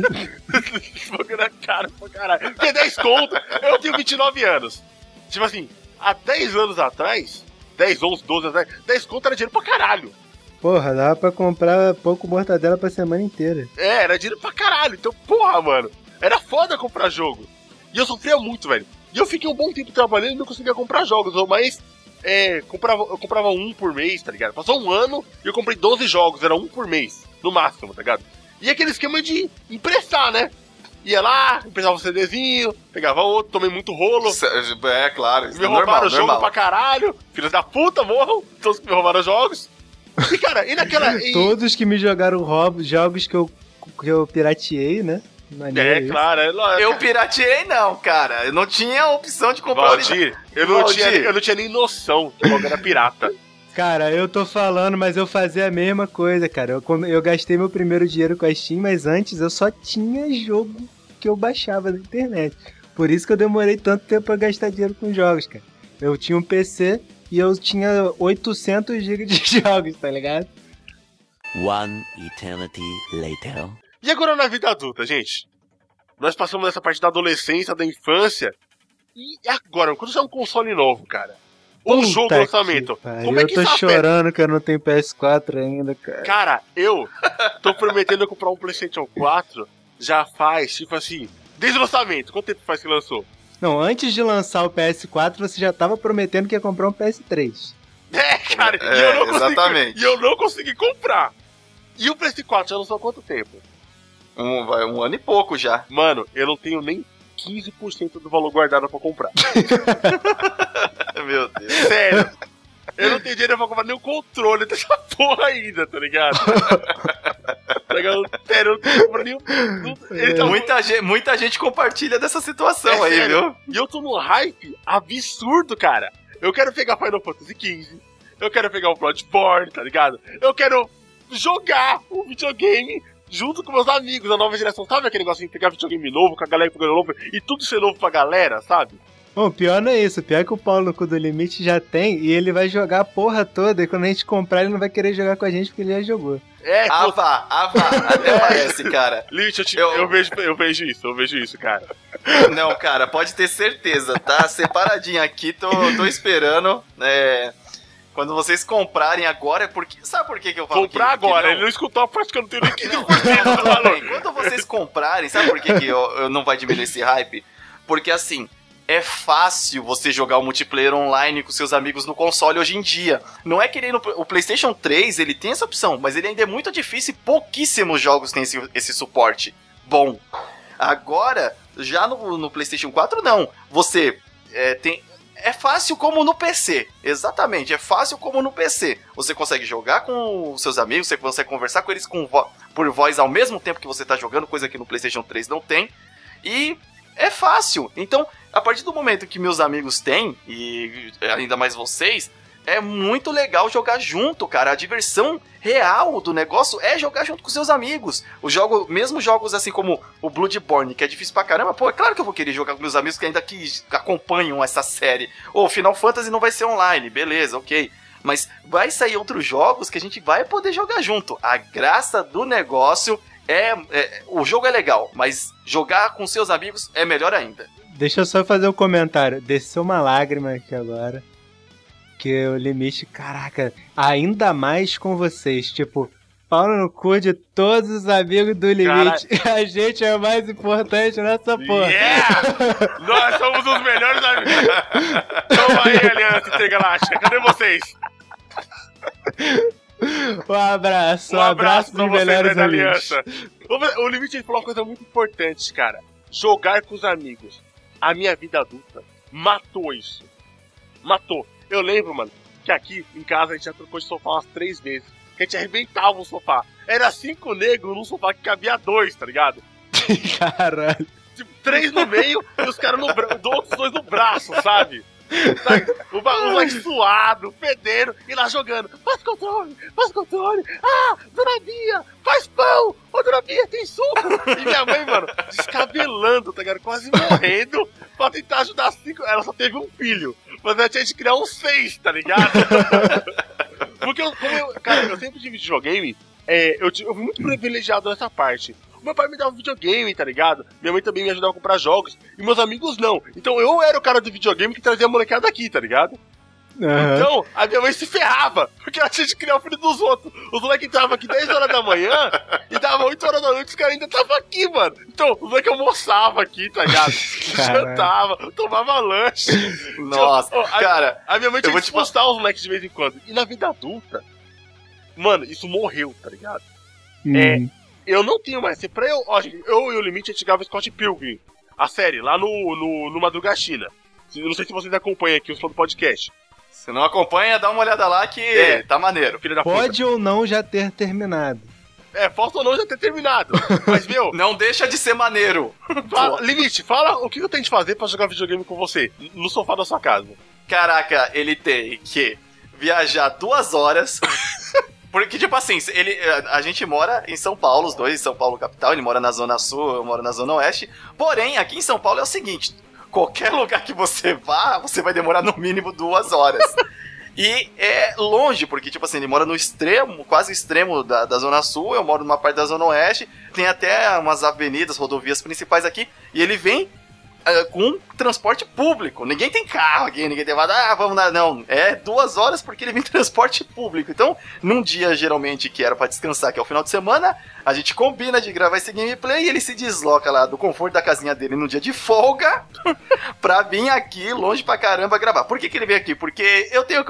Esse bagulho era caro pra caralho. Porque 10 conto, eu tenho 29 anos. Tipo assim, há 10 anos atrás, 10, 11, 12 anos atrás, 10 conto era dinheiro pra caralho. Porra, dava pra comprar pouco mortadela pra semana inteira. É, era dinheiro pra caralho. Então, porra, mano, era foda comprar jogo. E eu sofria muito, velho. E eu fiquei um bom tempo trabalhando e não conseguia comprar jogos, mas eu comprava um por mês, tá ligado? Passou um ano e eu comprei 12 jogos, era um por mês, no máximo, tá ligado? E aquele esquema de emprestar, né? Ia lá, emprestava um CDzinho, pegava outro, tomei muito rolo. É, claro. Me roubaram o jogo pra caralho. Filhos da puta, morram. Todos que me roubaram jogos. E, cara, e naquela... Todos que me jogaram jogos que eu pirateei, né? Maneiro, claro. Eu pirateei não, cara. Eu não tinha opção de comprar Valdir, eu não tinha nem noção que o jogo era pirata. Cara, eu tô falando, mas eu fazia a mesma coisa, cara. Eu gastei meu primeiro dinheiro com a Steam, mas antes eu só tinha jogo que eu baixava da internet. Por isso que eu demorei tanto tempo pra gastar dinheiro com jogos, cara. Eu tinha um PC e eu tinha 800 GB de jogos, tá ligado? One eternity later. E agora na vida adulta, gente? Nós passamos nessa parte da adolescência, da infância. E agora, quando sai um console novo, cara? Ou um jogo de lançamento? Como é que eu tô chorando que eu não tenho PS4 ainda, cara. Cara, eu tô prometendo comprar um PlayStation 4 já faz, tipo assim, desde o lançamento. Quanto tempo faz que lançou? Não, antes de lançar o PS4, você já tava prometendo que ia comprar um PS3. É, cara, e eu não consegui comprar. E o PS4 já lançou há quanto tempo? Um ano e pouco já. Mano, eu não tenho nem 15% do valor guardado pra comprar. Meu Deus. Sério. Eu não tenho dinheiro pra comprar nem o controle dessa porra ainda, tá ligado? Sério, eu não tenho comprar nem o... Muita gente compartilha dessa situação aí, sério, viu? E eu tô num hype absurdo, cara. Eu quero pegar Final Fantasy XV. Eu quero pegar o Bloodborne, tá ligado? Eu quero jogar o videogame junto com meus amigos da nova geração. Sabe aquele negócio de pegar videogame novo com a galera jogando novo e tudo ser novo pra galera, sabe? Bom, pior não é isso. Pior é que o Paulo no Cu do Limite já tem e ele vai jogar a porra toda. E quando a gente comprar, ele não vai querer jogar com a gente porque ele já jogou. É, vá. Até parece, cara. Lich, eu vejo isso, cara. Não, cara, pode ter certeza, tá? Separadinho aqui, tô esperando. Quando vocês comprarem agora, é porque... Sabe por que eu falo comprar agora, ele não escutou a parte que eu não tenho nem 15% do valor. Quando vocês comprarem, sabe por que eu não vai diminuir esse hype? Porque assim, é fácil você jogar o multiplayer online com seus amigos no console hoje em dia. Não é que nem o PlayStation 3, ele tem essa opção, mas ele ainda é muito difícil e pouquíssimos jogos têm esse suporte bom. Agora, já no PlayStation 4, não. Você tem... É fácil como no PC, exatamente, é fácil como no PC. Você consegue jogar com os seus amigos, você consegue conversar com eles por voz ao mesmo tempo que você está jogando, coisa que no PlayStation 3 não tem. E é fácil. Então, a partir do momento que meus amigos têm, e ainda mais vocês, é muito legal jogar junto, cara. A diversão real do negócio é jogar junto com seus amigos. Mesmo jogos assim como o Bloodborne, que é difícil pra caramba, pô, é claro que eu vou querer jogar com meus amigos que ainda que acompanham essa série. Ou Final Fantasy não vai ser online, beleza, ok. Mas vai sair outros jogos que a gente vai poder jogar junto. A graça do negócio o jogo é legal, mas jogar com seus amigos é melhor ainda. Deixa eu só fazer um comentário. Desceu uma lágrima aqui agora. Que o Limite, caraca, ainda mais com vocês, tipo, pau no cu de todos os amigos do Limite. Cara... A gente é o mais importante nessa porra. Yeah! Nós somos os melhores amigos. Toma aí, Aliança Intergaláctica, cadê vocês? Um abraço dos melhores da amigos. Aliança. O Limite falou uma coisa muito importante, cara. Jogar com os amigos. A minha vida adulta matou isso. Matou. Eu lembro, mano, que aqui em casa a gente já trocou de sofá umas 3 vezes. Que a gente arrebentava o sofá. Era 5 negros num sofá que cabia 2, tá ligado? Caralho. Tipo, 3 no meio e os caras os outros 2 no braço, sabe? O moleque suado, fedendo, e lá jogando. Faz controle. Ah, Dona Bia, faz pão. Ô, Dona Bia, tem suco. E minha mãe, mano, descabelando, tá ligado? Quase morrendo pra tentar ajudar as 5. Ela só teve um filho, mas ela tinha de criar uns 6, tá ligado? Porque cara, eu sempre tive videogame, eu fui muito privilegiado nessa parte. Meu pai me dava videogame, tá ligado? Minha mãe também me ajudava a comprar jogos. E meus amigos não. Então eu era o cara do videogame que trazia a molecada aqui, tá ligado? Uhum. Então, a minha mãe se ferrava, porque ela tinha de criar o filho dos outros. Os moleques entravam aqui 10 horas da manhã e dava 8 horas da noite, os caras ainda estavam aqui, mano. Então, os moleques almoçavam aqui, tá ligado? Jantava, tomava lanche. Nossa, cara. A minha mãe tinha que expulsar os moleques de vez em quando. E na vida adulta, mano, isso morreu, tá ligado? Eu não tenho mais. Eu e o Limite, a gente jogava Scott Pilgrim, a série, lá no Madrugachina. Não sei se vocês acompanham aqui os fãs do podcast. Se não acompanha, dá uma olhada lá que tá maneiro. Pode ou não já ter terminado. Posso ou não já ter terminado. Mas, meu... Não deixa de ser maneiro. Limite, fala o que eu tenho de fazer pra jogar videogame com você, no sofá da sua casa. Caraca, ele tem que viajar 2 horas... Porque, tipo assim, a gente mora em São Paulo, os dois em São Paulo capital, ele mora na Zona Sul, eu moro na Zona Oeste. Porém, aqui em São Paulo é o seguinte, qualquer lugar que você vá, você vai demorar no mínimo 2 horas. E é longe, porque, tipo assim, ele mora no extremo, quase extremo da Zona Sul, eu moro numa parte da Zona Oeste, tem até umas avenidas, rodovias principais aqui, e ele vem com transporte público. Ninguém tem carro aqui, ninguém tem... vamos lá. Não, 2 horas porque ele vem em transporte público. Então, num dia, geralmente, que era pra descansar, que é o final de semana, a gente combina de gravar esse gameplay e ele se desloca lá do conforto da casinha dele num dia de folga pra vir aqui, longe pra caramba, gravar. Por que ele vem aqui? Porque eu tenho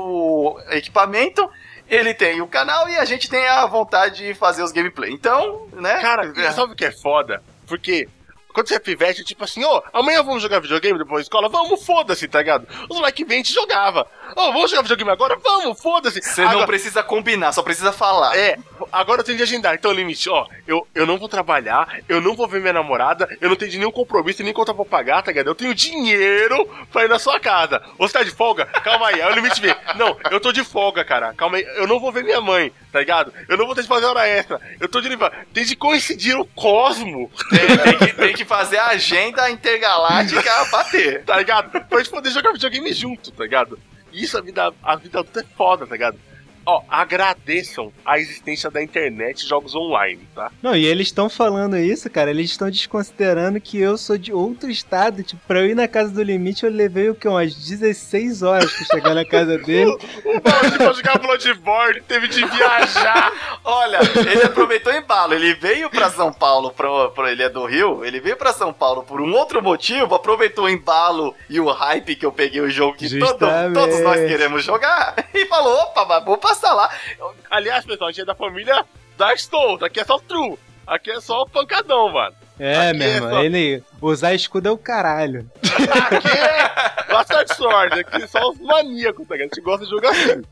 o equipamento, ele tem o canal e a gente tem a vontade de fazer os gameplay. Então, né? Cara, sabe o que é foda? Porque... quando você é pivete, tipo assim, amanhã vamos jogar videogame depois da escola? Vamos, foda-se, tá ligado? Os moleques vêm e te jogava. Vamos jogar videogame agora? Vamos, foda-se. Você não precisa combinar, só precisa falar. Agora eu tenho de agendar. Então, Limite, eu não vou trabalhar, eu não vou ver minha namorada, eu não tenho de nenhum compromisso, nem conta pra pagar, tá ligado? Eu tenho dinheiro pra ir na sua casa. Você tá de folga? Calma aí. Aí o Limite vê, não, eu tô de folga, cara. Calma aí, eu não vou ver minha mãe, tá ligado? Eu não vou ter de fazer hora extra. Eu tô de livrar. Tem de coincidir o cosmo. Tem que fazer a agenda intergaláctica bater. Tá ligado? Pra gente poder jogar videogame junto, tá ligado? Isso, a vida adulta é foda, tá ligado? Agradeçam a existência da internet e jogos online, tá? Não, e eles estão falando isso, cara, eles estão desconsiderando que eu sou de outro estado, tipo, pra eu ir na casa do Limite eu levei umas 16 horas pra chegar na casa dele. O Valdir pra jogar Bloodborne teve de viajar. Olha, ele aproveitou o embalo, ele veio pra São Paulo, ele é do Rio, ele veio pra São Paulo por um outro motivo, aproveitou o embalo e o hype que eu peguei o jogo que todos nós queremos jogar, e falou, opa, vou passar lá. Aliás, pessoal, a gente é da família Dark Souls, aqui é só true, aqui é só pancadão, mano. Meu irmão, ele usar escudo é o caralho. Aqui é bastante sorte, aqui é só os maníacos, tá ligado? A gente gosta de jogar assim.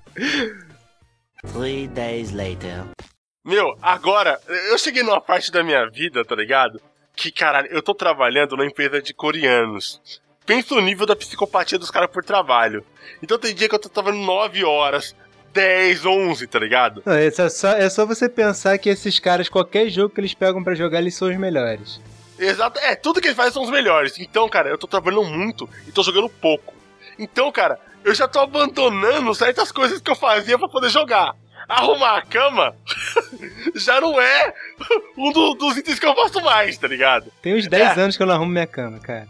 3 days later. Meu, agora, eu cheguei numa parte da minha vida, tá ligado? Que, caralho, eu tô trabalhando numa empresa de coreanos. Pensa o nível da psicopatia dos caras por trabalho. Então tem dia que eu tô trabalhando 9 horas, 10, 11, tá ligado? Não, é só você pensar que esses caras, qualquer jogo que eles pegam pra jogar, eles são os melhores. Exato, tudo que eles fazem são os melhores. Então, cara, eu tô trabalhando muito e tô jogando pouco. Então, cara, eu já tô abandonando certas coisas que eu fazia pra poder jogar. Arrumar a cama já não é um dos itens que eu faço mais, tá ligado? Tem uns 10 anos que eu não arrumo minha cama, cara.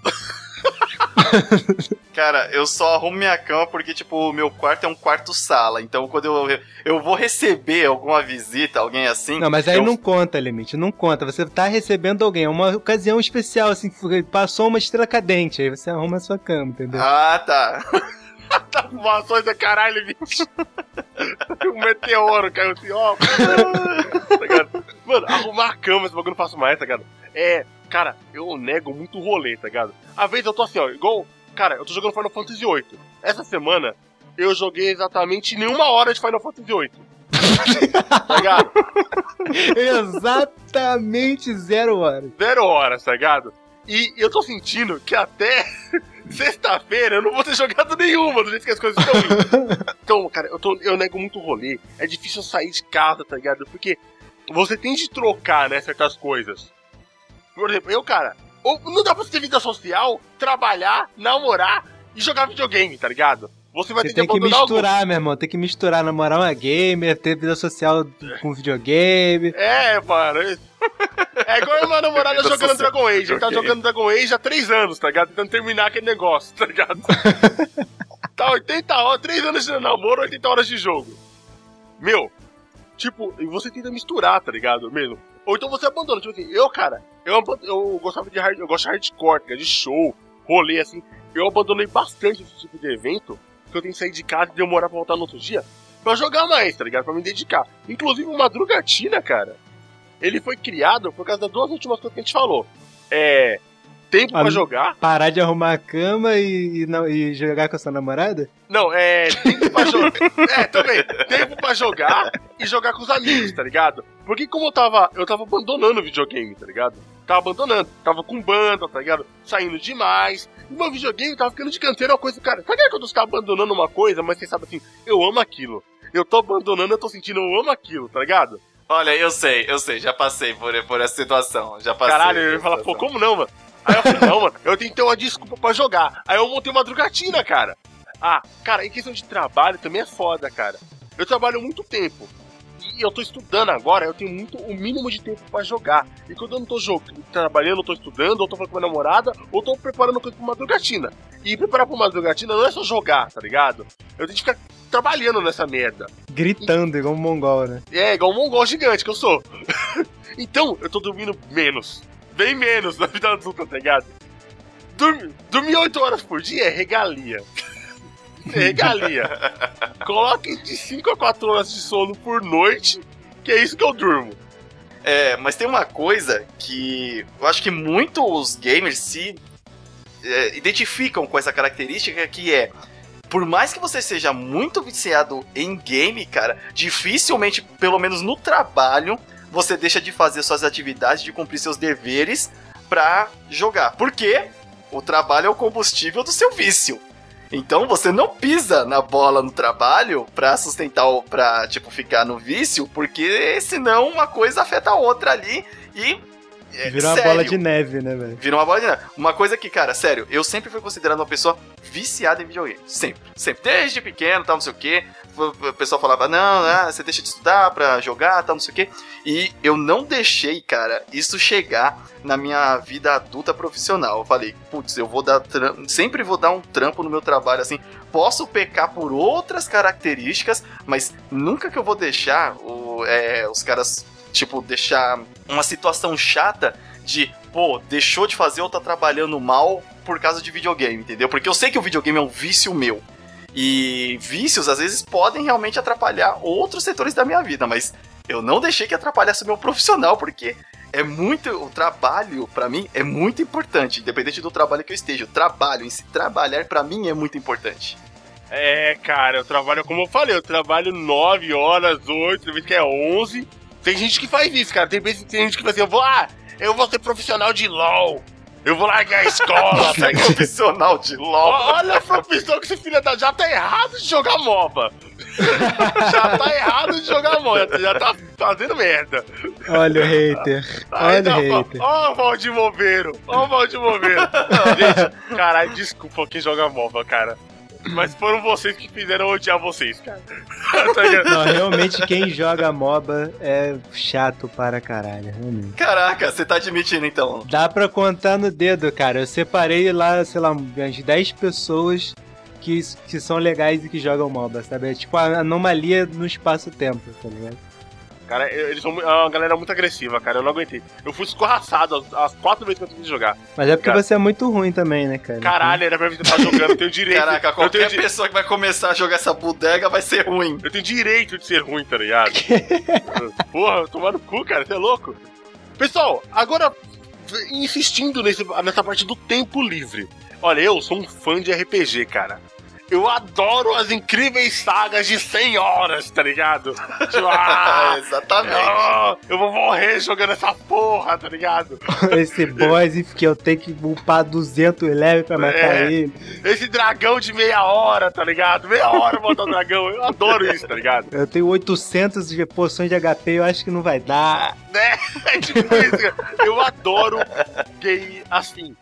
Cara, eu só arrumo minha cama porque, tipo, o meu quarto é um quarto-sala. Então, quando eu vou receber alguma visita, alguém assim... Não, mas aí não conta, Limite, não conta. Você tá recebendo alguém, é uma ocasião especial, assim, passou uma estrela cadente, aí você arruma a sua cama, entendeu? Ah, tá. Tá voações da caralho, Limite. Um meteoro caiu assim, tá ligado? Mano, arrumar a cama, esse bagulho eu não faço mais, tá ligado? Cara, eu nego muito rolê, tá ligado? Às vezes eu tô assim, igual... Cara, eu tô jogando Final Fantasy VIII. Essa semana, eu joguei exatamente nenhuma hora de Final Fantasy VIII. Tá ligado? Exatamente 0 horas. 0 horas, tá ligado? E eu tô sentindo que até Sexta-feira eu não vou ter jogado nenhuma, do jeito que as coisas estão indo. Então, cara, eu nego muito rolê. É difícil eu sair de casa, tá ligado? Porque você tem de trocar, né, certas coisas. Por exemplo, não dá pra você ter vida social, trabalhar, namorar e jogar videogame, tá ligado? Você vai ter tem que que misturar, meu irmão. Tem que misturar, namorar uma gamer, ter vida social com videogame. Mano. É igual a minha namorada jogando Dragon Age. Ele tá jogando Dragon Age há 3 anos, tá ligado? Tentando terminar aquele negócio, tá ligado? Tá 80 horas, 3 anos de namoro, 80 horas de jogo. Meu, tipo, e você tenta misturar, tá ligado? Mesmo. Ou então você abandona. Tipo assim, eu gostava eu gosto de hardcore, tá, de show, rolê, assim. Eu abandonei bastante esse tipo de evento, porque eu tenho que sair de casa e demorar pra voltar no outro dia, pra jogar mais, tá ligado? Pra me dedicar. Inclusive o Madrugatina, cara, ele foi criado por causa das 2 últimas coisas que a gente falou. Tempo pra jogar. Parar de arrumar a cama e jogar com a sua namorada? Não, tempo pra jogar. Também. Tempo pra jogar e jogar com os amigos, tá ligado? Porque como eu tava abandonando o videogame, tá ligado? Tava com banda, tá ligado? Saindo demais. E meu videogame tava ficando de canteiro, uma coisa, cara. Sabe quando você tá abandonando uma coisa, mas você sabe assim, eu amo aquilo. Eu tô abandonando, eu tô sentindo, eu amo aquilo, tá ligado? Olha, eu sei, já passei por essa situação. Já passei. Caralho, eu ia falar, pô, como não, mano? Aí eu falei, não, mano, eu tenho que ter uma desculpa pra jogar. Aí eu montei uma Madrugatina, cara. Cara, em questão de trabalho também é foda, cara. Eu trabalho muito tempo. E eu tô estudando agora, eu tenho o mínimo de tempo pra jogar. E quando eu não tô trabalhando, eu tô estudando, ou tô falando com a minha namorada, ou tô preparando coisa pra Madrugatina. E preparar pra Madrugatina não é só jogar, tá ligado? Eu tenho que ficar trabalhando nessa merda. Gritando, igual um mongol, né? Igual um mongol gigante que eu sou. Então, eu tô dormindo menos. Bem menos na vida adulta, tá ligado? Dormir 8 horas por dia é regalia. Regalia. Coloquem de 5 a 4 horas de sono por noite, que é isso que eu durmo. Mas tem uma coisa que eu acho que muitos gamers se identificam com essa característica, que é, por mais que você seja muito viciado em game, cara, dificilmente, pelo menos no trabalho, você deixa de fazer suas atividades, de cumprir seus deveres pra jogar. Porque o trabalho é o combustível do seu vício. Então você não pisa na bola no trabalho pra sustentar, pra, tipo, ficar no vício, porque senão uma coisa afeta a outra ali e... Vira uma bola de neve, né, velho? Vira uma bola de neve. Uma coisa que, cara, sério, eu sempre fui considerado uma pessoa viciada em videogame. Sempre. Desde pequeno, tal, não sei o quê. O pessoal falava, não, você deixa de estudar pra jogar, tal, não sei o quê. E eu não deixei, cara, isso chegar na minha vida adulta profissional. Eu falei, putz, eu vou dar sempre vou dar um trampo no meu trabalho, assim. Posso pecar por outras características, mas nunca que eu vou deixar os caras, tipo, deixar uma situação chata de, deixou de fazer ou tá trabalhando mal por causa de videogame, entendeu? Porque eu sei que o videogame é um vício meu. E vícios, às vezes, podem realmente atrapalhar outros setores da minha vida, mas eu não deixei que atrapalhasse o meu profissional, porque o trabalho, pra mim, é muito importante, independente do trabalho que eu esteja. O trabalho em si, trabalhar, pra mim, é muito importante. Cara, eu trabalho, como eu falei, eu trabalho 9 horas, 8, talvez que é 11. Tem gente que faz isso, cara. Tem gente que fala assim, eu vou ser profissional de LOL. Eu vou largar a escola. Tá? Profissional de LOL. Olha a profissão que esse filho da... Já tá errado de jogar MOBA. Já tá errado de jogar MOBA. Já tá fazendo merda. Olha o hater. Olha o hater. Ó o Valdir Moveiro. Gente, caralho, desculpa quem joga MOBA, cara. Mas foram vocês que fizeram odiar vocês, cara. Não, realmente quem joga MOBA é chato para caralho, realmente. Caraca, você tá admitindo então? Dá pra contar no dedo, cara. Eu separei lá, sei lá, umas 10 pessoas que são legais e que jogam MOBA, sabe? É tipo a anomalia no espaço-tempo, tá ligado? Cara, eles são uma galera muito agressiva, cara. Eu não aguentei. Eu fui escorraçado as 4 vezes que eu tentei jogar. Mas é porque você é muito ruim também, né, cara? Caralho, era pra mim estar jogando, eu tenho direito. Caraca, qualquer pessoa que vai começar a jogar essa bodega vai ser ruim. Eu tenho direito de ser ruim, tá ligado? Porra, tomar no cu, cara, você é louco. Pessoal, agora, insistindo nessa parte do tempo livre. Olha, eu sou um fã de RPG, cara. Eu adoro as incríveis sagas de 100 horas, tá ligado? Tipo, Exatamente. Eu vou morrer jogando essa porra, tá ligado? Esse boss que eu tenho que upar 200 level pra matar ele. Esse dragão de meia hora, tá ligado? Meia hora matar o dragão. Eu adoro isso, tá ligado? Eu tenho 800 de poções de HP, eu acho que não vai dar. Né? É tipo isso, cara. Eu adoro game assim.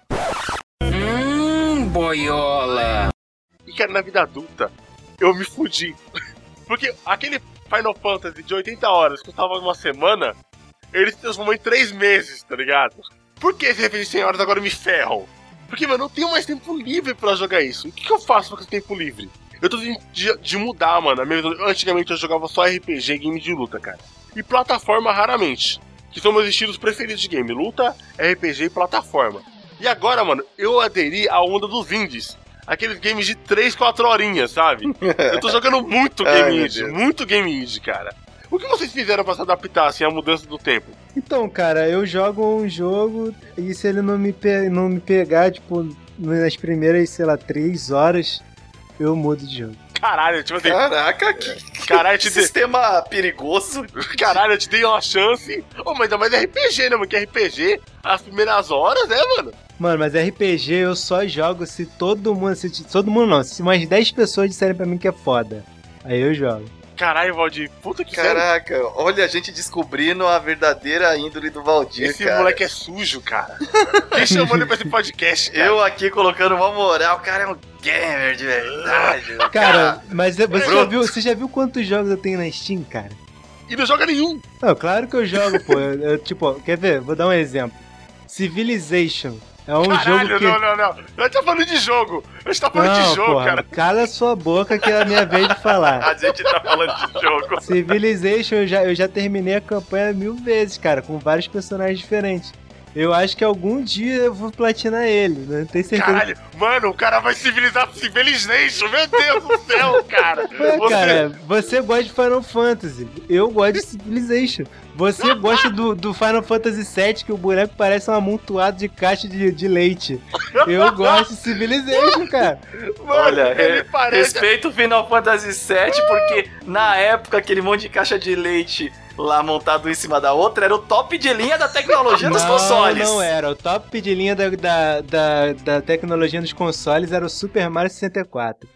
Boiola. E, cara, na vida adulta, eu me fudi. Porque aquele Final Fantasy de 80 horas que eu tava uma semana, ele se transformou em 3 meses, tá ligado? Por que esse RPG de 100 horas agora me ferram? Porque, mano, eu não tenho mais tempo livre pra jogar isso. O que eu faço com esse tempo livre? Eu tô de mudar, mano. Antigamente eu jogava só RPG e game de luta, cara. E plataforma raramente. Que são meus estilos preferidos de game. Luta, RPG e plataforma. E agora, mano, eu aderi à onda dos indies. Aqueles games de 3, 4 horinhas, sabe? Eu tô jogando muito game indie. Muito game indie, cara. O que vocês fizeram pra se adaptar, assim, à mudança do tempo? Então, cara, eu jogo um jogo e se ele não me pegar, tipo, nas primeiras, sei lá, 3 horas, eu mudo de jogo. Caralho, tipo assim... Caraca, Caralho, que sistema perigoso. Caralho, eu te dei uma chance. Mas ainda mais RPG, né, mano? Que RPG, as primeiras horas, né, mano? Mano, mas RPG eu só jogo se todo mundo... todo mundo não, se umas 10 pessoas disserem pra mim que é foda. Aí eu jogo. Caralho, Valdir, puta que Caraca, sério? Olha a gente descobrindo a verdadeira índole do Valdir, esse cara. Moleque é sujo, cara. Quem chamou ele pra esse podcast, cara? Eu aqui colocando uma moral, o cara é um gamer de verdade. Cara, mas você já viu quantos jogos eu tenho na Steam, cara? E não joga nenhum. Não, claro que eu jogo, pô. Tipo, quer ver? Vou dar um exemplo. Civilization. É um jogo que... Não. Eu tô falando de jogo. A gente tá falando de jogo, porra, cara. Cala sua boca que é a minha vez de falar. A gente tá falando de jogo. Civilization, eu já terminei a campanha 1000 vezes, cara, com vários personagens diferentes. Eu acho que algum dia eu vou platinar ele, não tenho certeza. Caralho, mano, o cara vai civilizar Civilization, meu Deus do céu, cara. Cara, você gosta de Final Fantasy, eu gosto de Civilization. Você gosta do Final Fantasy VII, que o boneco parece um amontoado de caixa de leite. Eu gosto de Civilization, cara. Mano, olha, respeito o Final Fantasy VII, porque na época aquele monte de caixa de leite lá montado em cima da outra era o top de linha da tecnologia dos consoles. Não era. O top de linha da tecnologia dos consoles era o Super Mario 64.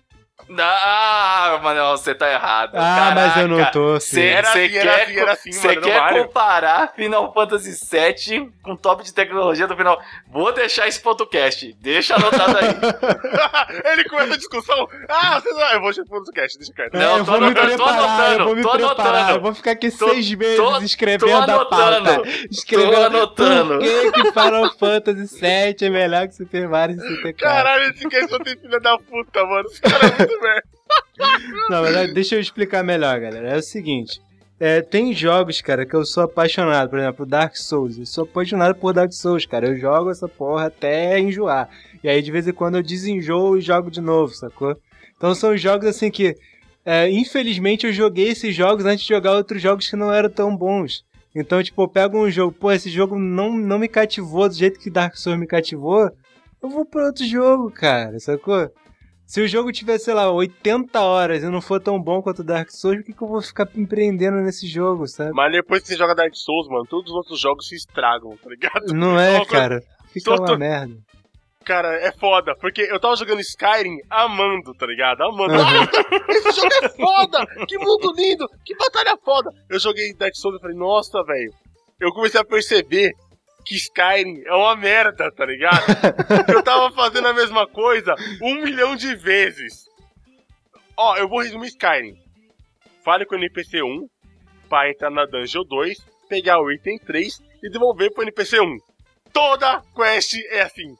Ah, mano, você tá errado. Caraca, mas eu não tô, filho. Você quer comparar Final Fantasy VII com top de tecnologia do Final... Vou deixar esse ponto cast. Deixa anotado aí. Ele começa a discussão. Eu vou deixar esse ponto cast, deixa quieto. Não, eu vou me preparar. Eu vou ficar aqui 6 meses escrevendo a pauta. Escrevendo por que Final Fantasy VII é melhor que Super Mario 64. Caralho, esse cast tem filha da puta, mano. Esse cara é muito merda. Não, mas deixa eu explicar melhor, galera. É o seguinte. Tem jogos, cara, que eu sou apaixonado. Por exemplo, Dark Souls. Eu sou apaixonado por Dark Souls, cara. Eu jogo essa porra até enjoar. E aí, de vez em quando, eu desenjoo e jogo de novo, sacou? Então, são jogos, assim, que... infelizmente, eu joguei esses jogos antes de jogar outros jogos que não eram tão bons. Então, tipo, eu pego um jogo... Pô, esse jogo não me cativou do jeito que Dark Souls me cativou. Eu vou pra outro jogo, cara, sacou? Se o jogo tiver, sei lá, 80 horas e não for tão bom quanto Dark Souls, por que eu vou ficar empreendendo nesse jogo, sabe? Mas depois que você joga Dark Souls, mano, todos os outros jogos se estragam, tá ligado? Não é, cara. Fica uma merda. Cara, é foda, porque eu tava jogando Skyrim amando, tá ligado? Amando. Esse jogo é foda! Que mundo lindo! Que batalha foda! Eu joguei Dark Souls e falei, nossa, velho. Eu comecei a perceber que Skyrim é uma merda, tá ligado? Eu tava fazendo a mesma coisa 1 milhão de vezes. Eu vou resumir Skyrim. Fale com o NPC 1 pra entrar na Dungeon 2, pegar o item 3 e devolver pro NPC 1. Toda quest é assim.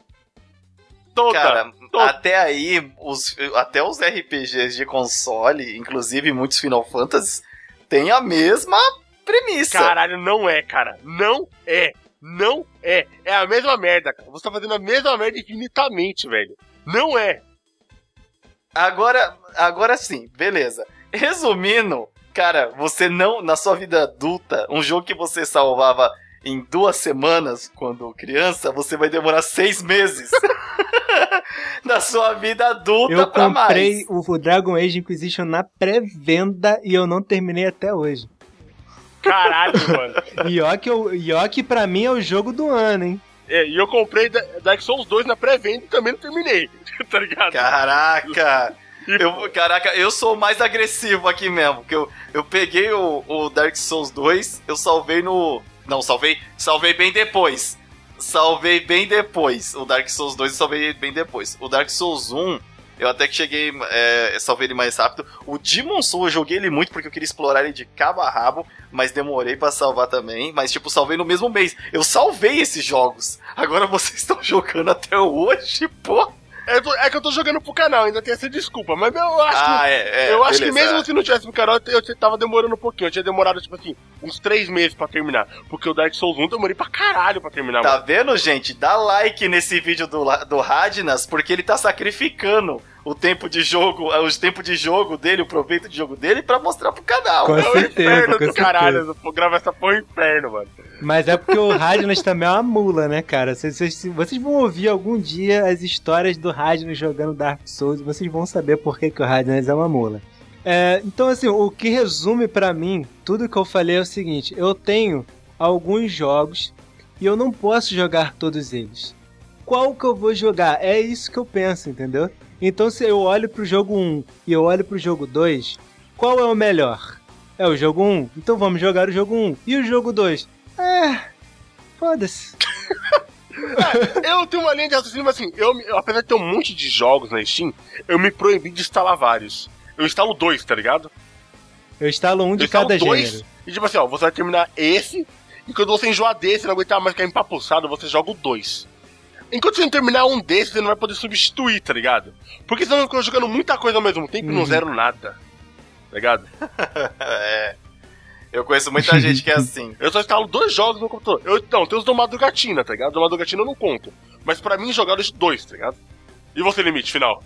Cara, até aí, até os RPGs de console, inclusive muitos Final Fantasy, tem a mesma premissa. Caralho, não é, cara. Não é. Não é. É a mesma merda, cara. Você tá fazendo a mesma merda infinitamente, velho. Não é. Agora sim, beleza. Resumindo, cara, você não, na sua vida adulta, um jogo que você salvava em 2 semanas, quando criança, você vai demorar 6 meses na sua vida adulta Eu pra mais. comprei o Dragon Age Inquisition na pré-venda e eu não terminei até hoje. Caralho, mano. Yoki pra mim é o jogo do ano, hein? E eu comprei Dark Souls 2 na pré-venda e também não terminei. Tá ligado? Caraca! Eu sou o mais agressivo aqui mesmo. Que eu peguei o Dark Souls 2, eu salvei no... Não, salvei bem depois. Salvei bem depois. O Dark Souls 2 eu salvei bem depois. O Dark Souls 1, eu até que cheguei, salvei ele mais rápido. O Demon Souls eu joguei ele muito porque eu queria explorar ele de cabo a rabo, mas demorei pra salvar também. Mas tipo, salvei no mesmo mês. Eu salvei esses jogos. Agora vocês estão jogando até hoje, pô. É que eu tô jogando pro canal, ainda tem essa desculpa, mas eu acho eu acho que mesmo se não tivesse pro canal, eu tava demorando um pouquinho. Eu tinha demorado, tipo assim, uns 3 meses pra terminar. Porque o Dark Souls 1 demorei pra caralho pra terminar. Tá mano. vendo, gente? Dá like nesse vídeo do Radnas, porque ele tá sacrificando o tempo de jogo dele, o proveito de jogo dele, pra mostrar pro canal. Com É o certeza, inferno com do caralho. Eu vou gravar essa porra inferno, mano. Mas é porque o Radnas também é uma mula, né, cara? Vocês vão ouvir algum dia as histórias do Radnas jogando Dark Souls e vocês vão saber por que o Radnas é uma mula. Então, assim, o que resume pra mim tudo que eu falei é o seguinte: eu tenho alguns jogos e eu não posso jogar todos eles. Qual que eu vou jogar? É isso que eu penso, entendeu? Então, se eu olho pro jogo 1 e eu olho pro jogo 2, qual é o melhor? É o jogo 1? Então vamos jogar o jogo 1. E o jogo 2? Foda-se. Eu tenho uma linha de raciocínio, mas assim, eu, apesar de ter um monte de jogos na Steam, eu me proibi de instalar vários. Eu instalo 2, tá ligado? Eu instalo um de cada gênero. E tipo assim, ó, você vai terminar esse, e quando você enjoar desse, não aguentar mais ficar empapuçado, você joga o 2. Enquanto você não terminar um desses, você não vai poder substituir, tá ligado? Porque senão eu fico jogando muita coisa ao mesmo tempo e não zero nada. Tá ligado? Eu conheço muita gente que é assim. Eu só instalo 2 jogos no computador. Não, tem os do Madrugatina, tá ligado? Do Madrugatina eu não conto. Mas pra mim, jogar os 2, tá ligado? E você, limite final?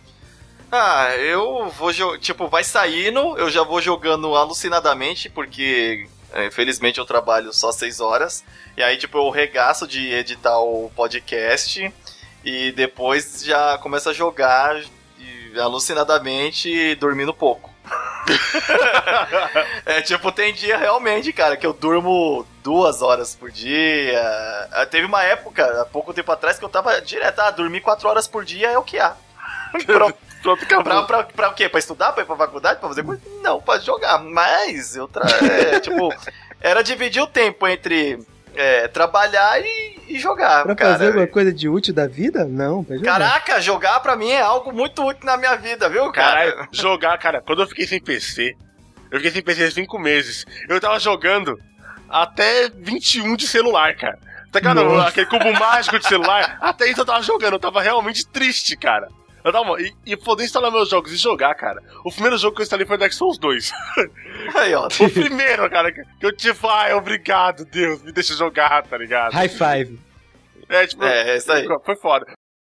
Eu vou tipo, vai saindo, eu já vou jogando alucinadamente, porque infelizmente eu trabalho só 6 horas. E aí, tipo, eu regaço de editar o podcast e depois já começo a jogar alucinadamente dormindo pouco. Tipo, tem dia realmente, cara, que eu durmo 2 horas por dia. Teve uma época, há pouco tempo atrás, que eu tava direto, dormir 4 horas por dia é o que há. Pra o quê? Pra estudar? Pra ir pra faculdade? Pra fazer coisa? Não, pra jogar. Mas eu tipo, era dividir o tempo entre trabalhar e jogar. Pra cara. fazer alguma coisa de útil da vida? Não, pra jogar. Caraca, jogar pra mim é algo muito útil na minha vida, viu, cara? Caralho, jogar, cara, quando eu fiquei sem PC, 5 meses, eu tava jogando até 21 de celular, cara. Tá ligado? Aquele cubo mágico de celular, até isso eu tava jogando, eu tava realmente triste, cara. Eu tava, e poder instalar meus jogos e jogar, cara. O primeiro jogo que eu instalei foi Dark Souls 2. Aí, ó. O primeiro, cara, que eu tipo, obrigado, Deus, me deixa jogar, tá ligado? High five. Tipo, isso aí. Foi foda.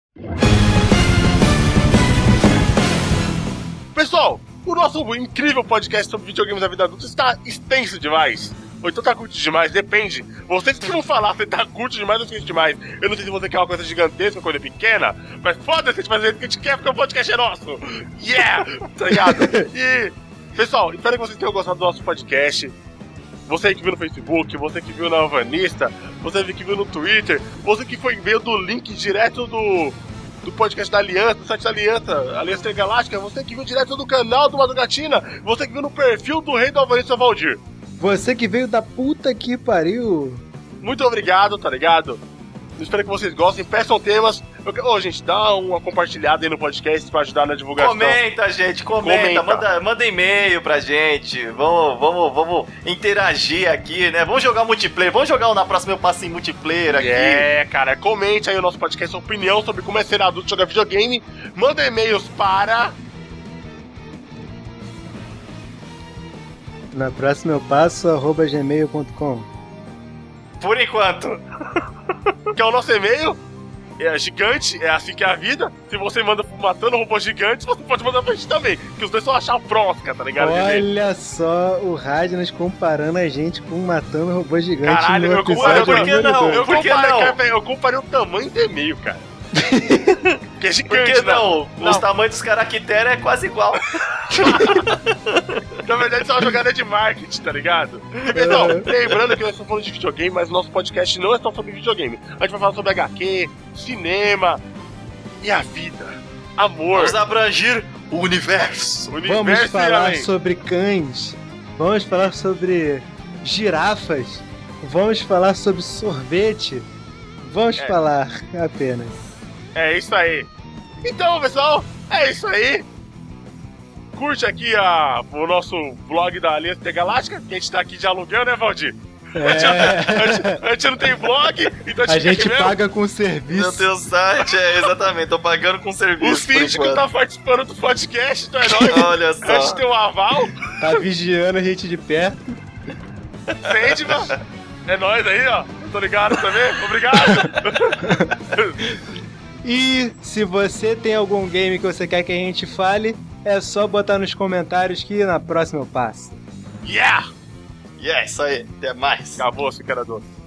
Pessoal, o nosso incrível podcast sobre videogames da vida adulta está extenso demais. Ou então tá curto demais, depende. Vocês que vão falar se tá curto demais ou extenso demais. Eu não sei se você quer uma coisa gigantesca, uma coisa pequena, mas foda-se, a gente vai fazer o que a gente quer porque o podcast é nosso. Yeah! Tá ligado? E, pessoal, espero que vocês tenham gostado do nosso podcast. Você que viu no Facebook, você que viu na Alvanista, você que viu no Twitter, você que veio do link direto do podcast da Aliança, do site da Aliança Intergaláctica, você que viu direto do canal do Madrugatina, você que viu no perfil do Rei do Alvanista Valdir. Você que veio da puta que pariu. Muito obrigado, tá ligado? Espero que vocês gostem, peçam temas. Gente, dá uma compartilhada aí no podcast pra ajudar na divulgação. Comenta, gente, comenta. Manda e-mail pra gente. Vamos interagir aqui, né? Vamos jogar multiplayer. Vamos jogar Na Próxima Eu Passo em multiplayer aqui. Cara, comente aí o nosso podcast, sua opinião sobre como é ser adulto jogar videogame. Manda e-mails para... Na próxima eu passo @gmail.com. Por enquanto. Que é o nosso e-mail? é gigante, é assim que é a vida. Se você manda matando robôs gigantes, você pode mandar pra gente também. Que os dois são achar prosca, tá ligado? Olha só o Radnas comparando a gente com matando robô gigante. Caralho, no eu episódio comparei, por que número não? dois. Por que não? Eu comparei o tamanho do e-mail, cara. Que é gigante, Por que né? não? Os tamanhos dos caracteres é quase igual. Na verdade, isso é uma jogada de marketing, tá ligado? Então, lembrando que nós estamos falando de videogame, mas o nosso podcast não é só sobre videogame. A gente vai falar sobre HQ, cinema e a vida. Amor. Vamos abranger o universo. Vamos e falar além. sobre cães. Vamos falar sobre girafas. Vamos falar sobre sorvete. Vamos falar apenas. É isso aí. Então, pessoal, é isso aí. Curte aqui o nosso blog da Aliança Intergaláctica, que a gente tá aqui de aluguel, né, Valdir? A gente não tem blog, então A gente fica aqui mesmo. paga com serviço. Não tem o site, exatamente, tô pagando com serviço. O síndico tá participando do podcast, então é nóis. Olha A gente só. tem um aval. Tá vigiando a gente de perto. Sandman. É nóis aí, ó. Tô ligado também. Obrigado. E se você tem algum game que você quer que a gente fale, é só botar nos comentários que na próxima eu passo. Yeah! Isso aí, até mais. Acabou, se cara doce.